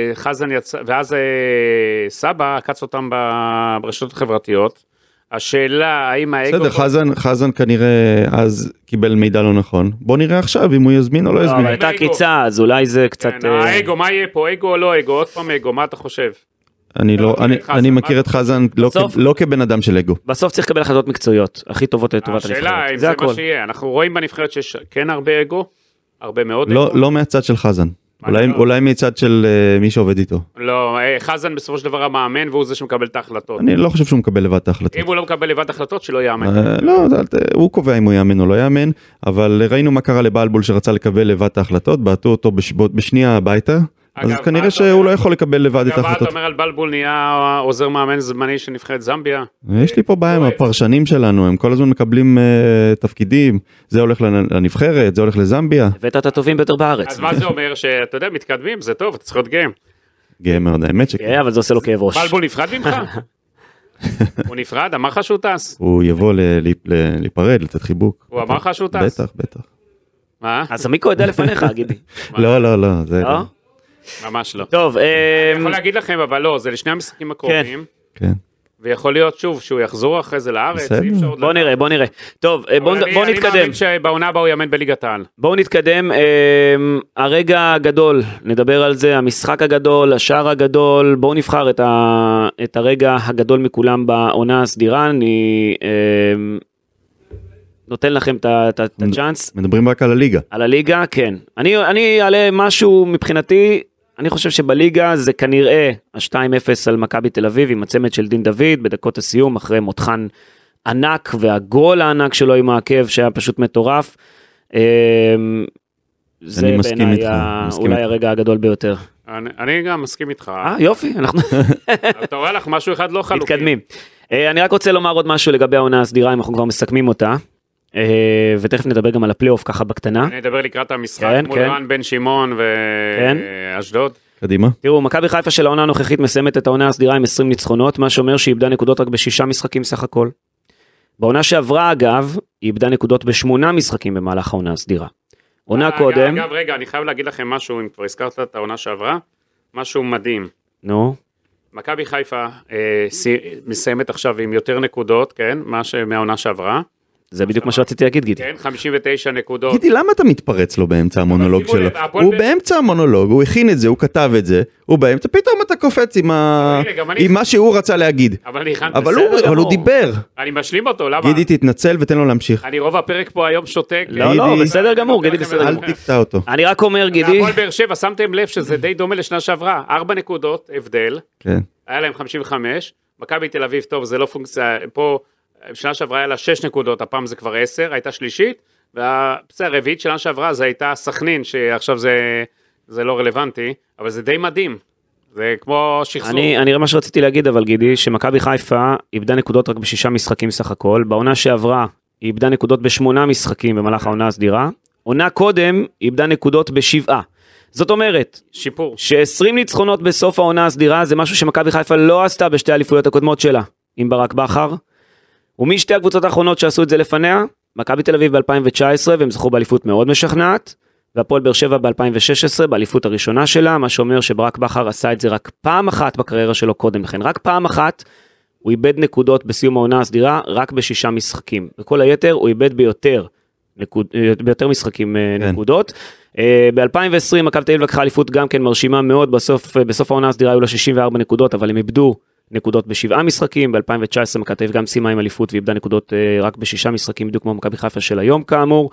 סבא עקץ אותם ברשתות החברתיות. השאלה, האם האגו... בסדר, חזן כנראה אז קיבל מידע לא נכון. בוא נראה עכשיו אם הוא יזמין או לא יזמין. אבל הייתה עקיצה, אז אולי זה קצת... האגו, מה יהיה פה? אגו או לא אגו? עוד פעם אגו, מה אתה חושב? אני מכיר את חזן לא כבן אדם של אגו. בסוף צריך לקבל החלטות מקצועיות, הכי טובות לטובת הנבחרת. השאלה, אם זה מה שיהיה. אנחנו רואים בנבחרת שיש כן הרבה אגו, הרבה מאוד אגו. לא מהצד של חזן. אולי מצד של מי שעובד איתו. לא, חזן בסופו של דבר המאמן, והוא זה שמקבל את ההחלטות. אני לא חושב שהוא מקבל לבד את ההחלטות. אם הוא לא מקבל לבד את ההחלטות, שלא יאמן. לא, הוא קובע אם הוא יאמן או לא יאמן, אבל ראינו מה קרה לבלבול שרצה לקבל לבד את ההחלטות, בעטו אותו בשנייה הביתה, אז כנראה שהוא לא יכול לקבל לבד את ההחלטות. אתה אומר על בלבול נהיה עוזר מאמן זמני של נבחרת זמביה? יש לי פה בעיה עם הפרשנים שלנו, הם כל הזמן מקבלים תפקידים, זה הולך לנבחרת, זה הולך לזמביה. הבאת את הטובים ביותר בארץ. אז מה זה אומר? שאתה יודע, מתקדמים, זה טוב, אתה צריך להיות גיים. גיים מאוד, האמת שכן. אבל זה עושה לו כאב ראש. בלבול נפרד ממך? הוא נפרד? אמר לך שהוא טס? הוא יבוא להיפרד, לתת חיבוק. הוא אמר לך שהוא טס? בטח. מה? אז עמיקו יודע לפניך, גידי. לא, זה... ממש לא. טוב, אני יכול להגיד לכם, אבל לא, זה לשני המשחקים הקרובים. כן. ויכול להיות שוב, שהוא יחזור אחרי זה לארץ. בוא נראה. טוב, בוא נתקדם. אני מאמין שבעונה הבאה הוא יאמן בליגת העל. בואו נתקדם. הרגע הגדול, נדבר על זה, המשחק הגדול, השער הגדול, בואו נבחר את הרגע הגדול מכולם בעונה הסדירה. אני נותן לכם את הצ'אנס. מדברים רק על הליגה. על הליגה, כן. אני אעלה משהו מבחינתי, אני חושב שבליגה זה כנראה ה-2-0 על מכבי תל אביב עם הצמד של דין דוד בדקות הסיום אחרי מותחן ענק והגול הענק שלו עם העקב שהיה פשוט מטורף. זה בעיניי אולי הרגע הגדול ביותר. אני גם מסכים איתך. יופי, אנחנו... אתה רואה לך משהו אחד לא חלוקי. מתקדמים. אני רק רוצה לומר עוד משהו לגבי העונה הסדירה אם אנחנו כבר מסכמים אותה. ותכף נדבר גם על הפלייאוף ככה בקטנה. אני אדבר לקראת המשחק מול רן בן שמעון ואשדוד. קדימה. תראו, מכבי חיפה של העונה הנוכחית מסיימת את העונה הסדירה עם 20 ניצחונות, מה שאומר שהיא איבדה נקודות רק ב6 משחקים סך הכל. בעונה שעברה אגב, היא איבדה נקודות ב8 משחקים במהלך העונה הסדירה. עונה קודם... אגב, רגע, אני חייב להגיד לכם משהו, אם כבר הזכרת את העונה שעברה, משהו מדהים. נו. מכבי חיפה מסיימת עכשיו עם יותר נקודות, כן, מהעונה שעברה. זה בדיוק מה שרציתי להגיד, גידי. כן, 59 נקודות. גידי, למה אתה מתפרץ לו באמצע המונולוג שלו? הוא באמצע המונולוג, הוא הכין את זה, הוא כתב את זה, הוא באמצע, פתאום אתה קופץ עם מה שהוא רצה להגיד. אבל הוא דיבר. אני משלים אותו, למה? גידי, תתנצל ותן לו להמשיך. אני רוב הפרק פה היום שותק. לא, בסדר גמור, גידי בסדר גמור. אל תקטע אותו. אני רק אומר, גידי... הפועל באר שבע, שמתם לב שזה די דומה לשנה שעברה, 4 נקודות, הבדל. היה להם 55, מכבי תל אביב, טוב, זה לא פונקציה, פה שנה שעברה היה לה 6 נקודות, הפעם זה כבר 10, הייתה שלישית, והרביעית שנה שעברה זה הייתה סכנין, שעכשיו זה לא רלוונטי, אבל זה די מדהים, זה כמו שחזור. אני מה שרציתי להגיד, אבל גידי, שמכבי חיפה איבדה נקודות רק ב6 משחקים סך הכל, בעונה שעברה היא איבדה נקודות ב8 משחקים במהלך העונה הסדירה, עונה קודם היא איבדה נקודות ב7. זאת אומרת, שיפור. ש20 ניצחונות בסוף העונה הסדירה, זה משהו שמכבי חיפה לא עשתה בשתי האליפויות הקודמות שלה, עם ברק בכר, ומשתי הקבוצות האחרונות שעשו את זה לפניה, מכבי תל אביב ב-2019, והם זכו באליפות מאוד משכנעת, והפועל באר שבע ב-2016, באליפות הראשונה שלה, מה שאומר שברק בכר עשה את זה רק פעם אחת בקריירה שלו קודם לכן, רק פעם אחת, הוא איבד נקודות בסיום העונה הסדירה, רק ב6 משחקים, וכל היתר הוא איבד ביותר משחקים נקודות. ב-2020 מכבי תל אביב לקחה אליפות גם כן מרשימה מאוד, בסוף העונה הסדירה היו לה 64 נקודות, אבל הם איבדו נקודות ב7 משחקים, ב-2019 מכבי תל אביב גם סיימה עם אליפות ואיבדה נקודות רק ב6 משחקים, בדיוק כמו מכבי חיפה של היום כאמור,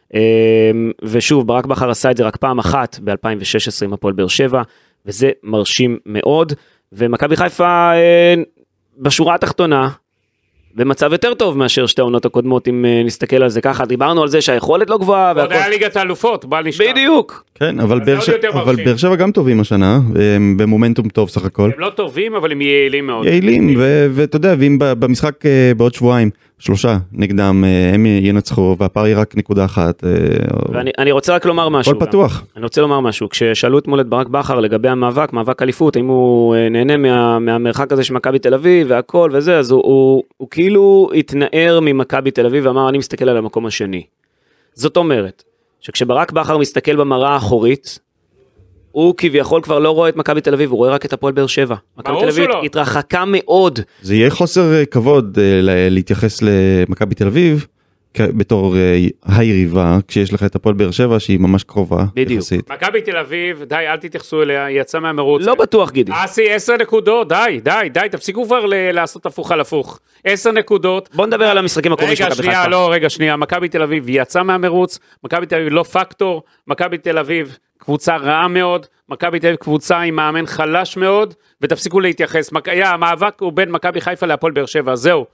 ושוב ברק בכר עשה את זה רק פעם אחת ב-2016 עם הפועל באר שבע, וזה מרשים מאוד, ומכבי חיפה בשורה התחתונה, במצב יותר טוב מאשר שתי העונות הקודמות, אם נסתכל על זה ככה, דיברנו על זה שהיכולת לא גבוהה. עוד היה ליגת האלופות, בל נשכח. בדיוק. כן, אבל באר שבע גם טובים השנה, במומנטום טוב סך הכל. הם לא טובים, אבל הם יעילים מאוד. יעילים, ואתה יודע, ואם במשחק בעוד שבועיים, 3 נגדם, הם ינצחו, והפער היא רק 1.1. ואני רוצה רק לומר משהו. הכל פתוח. אני רוצה לומר משהו, כששאלו אתמול את ברק בכר לגבי המאבק, מאבק אליפות, האם הוא נהנה מהמרחק הזה של מכבי תל אביב והכל וזה, אז הוא כאילו התנער ממכבי תל אביב ואמר, אני מסתכל על המקום השני. זאת אומרת, שכשברק בכר מסתכל במראה האחורית, הוא כביכול כבר לא רואה את מכבי תל אביב, הוא רואה רק את הפועל באר שבע. מכבי תל אביב התרחקה מאוד. זה יהיה חוסר כבוד להתייחס למכבי תל אביב, בתור היריבה, כשיש לך את הפועל באר שבע שהיא ממש קרובה. בדיוק. מכבי תל אביב, די, אל תתייחסו אליה, היא יצאה מהמרוץ. לא בטוח גידי. 10 נקודות, די, תפסיקו כבר לעשות הפוך על הפוך. 10 נקודות. בוא נדבר על המשחקים הקרובים של מכבי חיפה. רגע, שנייה, מכבי תל אביב יצאה מהמרוץ, מכבי תל אביב לא פקטור, מכבי תל אביב קבוצה רעה מאוד, מכבי תל אביב קבוצה עם מאמן חלש מאוד, ותפסיקו להתייחס. המאבק הוא בין מכבי חיפה להפועל באר שבע, זהו.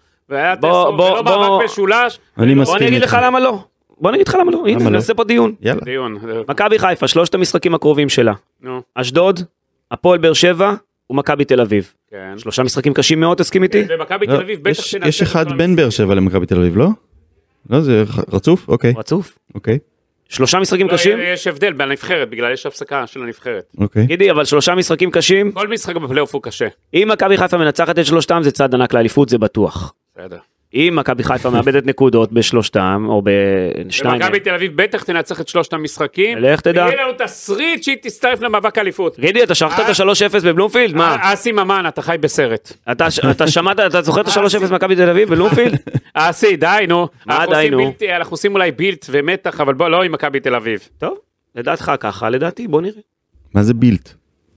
ולא מאבק משולש. בוא אני אגיד לך למה לא. הנה, נעשה פה דיון. מכבי חיפה, 3 המשחקים הקרובים שלה. אשדוד, הפועל באר שבע ומכבי תל אביב. 3 משחקים קשים מאוד, תסכים איתי? ומכבי תל אביב בטח שנעשה. יש אחד בין באר שבע למכבי תל אביב, לא? לא, זה רצוף? אוקיי. רצוף. אוקיי. 3 משחקים קשים? יש הבדל בנבחרת, בגלל יש הפסקה של הנבחרת. אוקיי. גידי, אבל 3 משחקים קשים? כל משחק בפלייאוף הוא קשה. אם מכבי חיפה מנצחת את 3, זה צעד ענק לאליפות, זה בטוח. בסדר. אם מכבי חיפה מאבדת נקודות ב3 או ב2. ומכבי תל אביב בטח תנצח את 3 המשחקים. לך תדע. ויהיה לנו תסריט שהיא תצטרף למאבק האליפות. גידי, אתה שכחת את ה-3-0 בבלומפילד? מה? אסי ממן, אתה חי בסרט. אתה שמעת, אתה זוכר את ה-3-0 מכבי תל אביב בבלומפילד? אסי, די נו. מה די נו? אנחנו עושים אולי בילט ומתח, אבל בוא, לא עם מכבי תל אביב. טוב, לדעתך ככה, לדעתי, בוא נראה. מה זה בילט?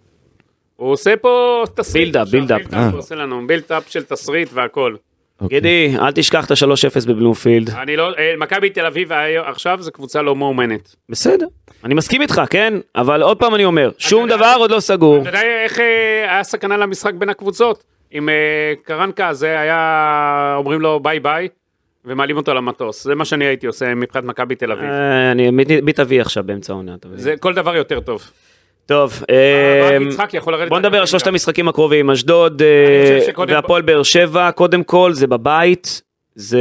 הוא עושה פה תסריט. בילדאפ. הוא עושה לנו בילדאפ של תסריט והכל. גידי, אל תשכח את ה-3-0 בבלומפילד. אני לא, מכבי תל אביב עכשיו זה קבוצה לא מאומנת. בסדר, אני מסכים איתך, כן? אבל עוד פעם אני אומר, שום דבר עוד לא סגור. אתה יודע איך היה סכנה למשחק בין הקבוצות? עם קרנקה, זה היה, אומרים לו ביי ביי, ומעלים אותו למטוס. זה מה שאני הייתי עושה מבחינת מכבי תל אביב. אני ביטבי עכשיו באמצע העונה. זה כל דבר יותר טוב. טוב, בוא נדבר על 3 המשחקים הקרובים, אשדוד והפועל באר שבע, קודם כל זה בבית, זה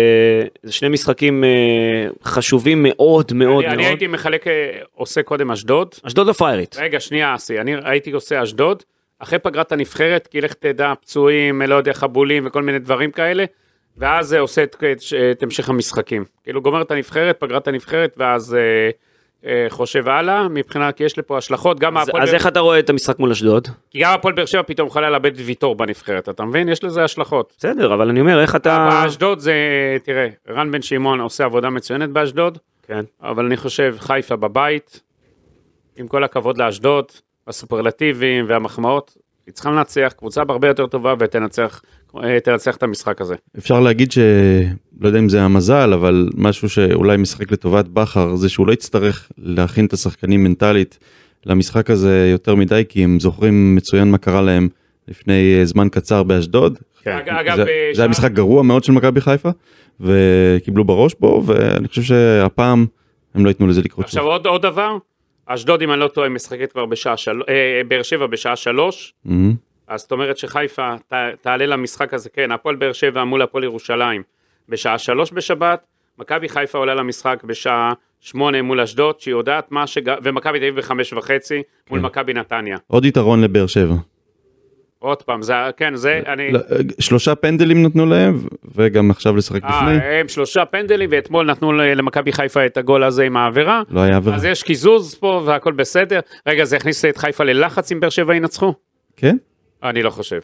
2 משחקים חשובים מאוד מאוד. אני הייתי מחלק, עושה קודם אשדוד. אשדוד לא פריירית. רגע, שנייה אסי, אני הייתי עושה אשדוד, אחרי פגרת הנבחרת, כי לך תדע פצועים, לא יודע, חבולים וכל מיני דברים כאלה, ואז זה עושה את המשך המשחקים. כאילו גומר את הנבחרת, פגרת הנבחרת, ואז חושב הלאה, מבחינה, כי יש לפה השלכות, גם אז איך אתה רואה את המשחק מול אשדוד? כי גם הפועל באר שבע פתאום יכולה לאבד ויתור בנבחרת, אתה מבין? יש לזה השלכות. בסדר, אבל אני אומר, איך אתה... באשדוד זה, תראה, רן בן שמעון עושה עבודה מצוינת באשדוד, כן. אבל אני חושב, חיפה בבית, עם כל הכבוד לאשדוד, הסופרלטיבים והמחמאות, היא צריכה לנצח, קבוצה הרבה יותר טובה, ותנצח את המשחק הזה. אפשר להגיד לא יודע אם זה המזל, אבל משהו שאולי משחק לטובת בכר, זה שהוא לא יצטרך להכין את השחקנים מנטלית למשחק הזה יותר מדי, כי הם זוכרים מצוין מה קרה להם לפני זמן קצר באשדוד. כן. זה היה משחק גרוע מאוד של מכבי חיפה, וקיבלו בראש בו, ואני חושב שהפעם הם לא ייתנו לזה לקרות. עכשיו עוד דבר, אשדוד אם אני לא טועה משחקת כבר באר שבע בשעה 3, אז זאת אומרת שחיפה תעלה למשחק הזה, כן, הפועל באר שבע מול הפועל ירושלים בשעה 3 בשבת, מכבי חיפה עולה למשחק בשעה 8 מול אשדוד, שהיא יודעת מה ומכבי תל אביב ב5:30 מול מכבי נתניה. עוד יתרון לבאר שבע. עוד פעם, כן, זה אני... 3 פנדלים נתנו להם, וגם עכשיו לשחק לפני. הם 3 פנדלים, ואתמול נתנו למכבי חיפה את הגול הזה עם העבירה. לא היה עבירה. אז יש קיזוז פה והכל בסדר. רגע, זה הכניס את חיפה ללחץ אם באר שבע ינצחו? כן? אני לא חושב.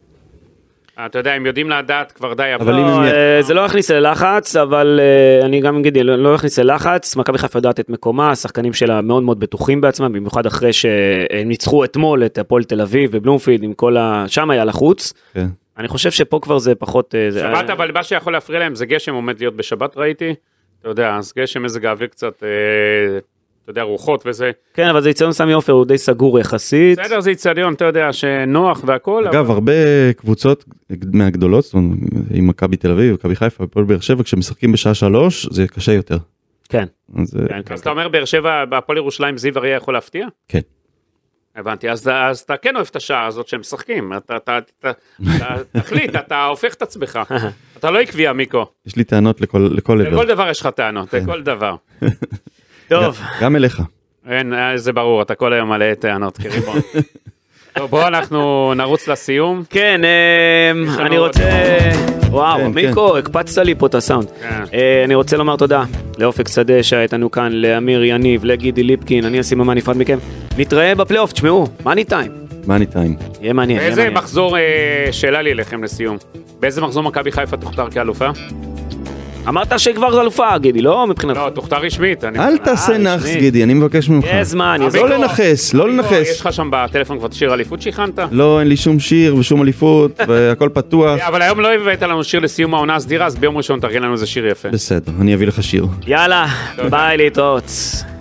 אתה יודע, הם יודעים לדעת כבר די, אבל זה לא יכניס ללחץ, אבל אני גם אגיד, לא יכניס ללחץ, מכבי חיפה יודעת את מקומה, השחקנים שלה מאוד מאוד בטוחים בעצמם, במיוחד אחרי שהם ניצחו אתמול את הפועל תל אביב בבלומפילד, עם כל שם היה לחוץ. אני חושב שפה כבר זה פחות... שבת, אבל מה שיכול להפריע להם זה גשם עומד להיות בשבת, ראיתי. אתה יודע, אז גשם מזג האוויר קצת אתה יודע, רוחות וזה. כן, אבל זה איצטדיון סמי עופר, הוא די סגור יחסית. בסדר, זה איצטדיון, אתה יודע, שנוח והכל. אגב, הרבה קבוצות מהגדולות, זאת אומרת, עם מכבי תל אביב, מכבי חיפה, הפועל באר שבע, כשמשחקים בשעה 3, זה קשה יותר. כן. אז אתה אומר, באר שבע, בהפועל ירושלים, זיו אריה יכול להפתיע? כן. הבנתי, אז אתה כן אוהב את השעה הזאת שהם משחקים, אתה תחליט, אתה הופך את עצמך, אתה לא עקבי, מיקו. יש לי טענות לכל דבר. לכל דבר יש לך טענות, לכל דבר. טוב. גם אליך. אין, זה ברור, אתה כל היום מלא טענות, כריבון. טוב, בואו אנחנו נרוץ לסיום. כן, אני רוצה... וואו, מיקו, הקפצת לי פה את הסאונד. אני רוצה לומר תודה לאופק שדה שהייתנו כאן, לאמיר יניב, לגידי ליפקין, אני אשים מה נפרד מכם. נתראה בפלייאוף, תשמעו, מאני טיים. מאני טיים. יהיה מעניין. באיזה מחזור, שאלה לי אליכם לסיום, באיזה מחזור מכבי חיפה תוכתר כאלופה? אמרת שכבר אלופה, גידי, לא? מבחינת... לא, תוכתר רשמית. אל תעשה נחס, גידי, אני מבקש ממך. יש זמן, לא לנחס, לא לנחס. יש לך שם בטלפון כבר שיר אליפות שהכנת? לא, אין לי שום שיר ושום אליפות, והכל פתוח. אבל היום לא הבאת לנו שיר לסיום העונה הסדירה, אז ביום ראשון תארגן לנו איזה שיר יפה. בסדר, אני אביא לך שיר. יאללה, ביי להתראות.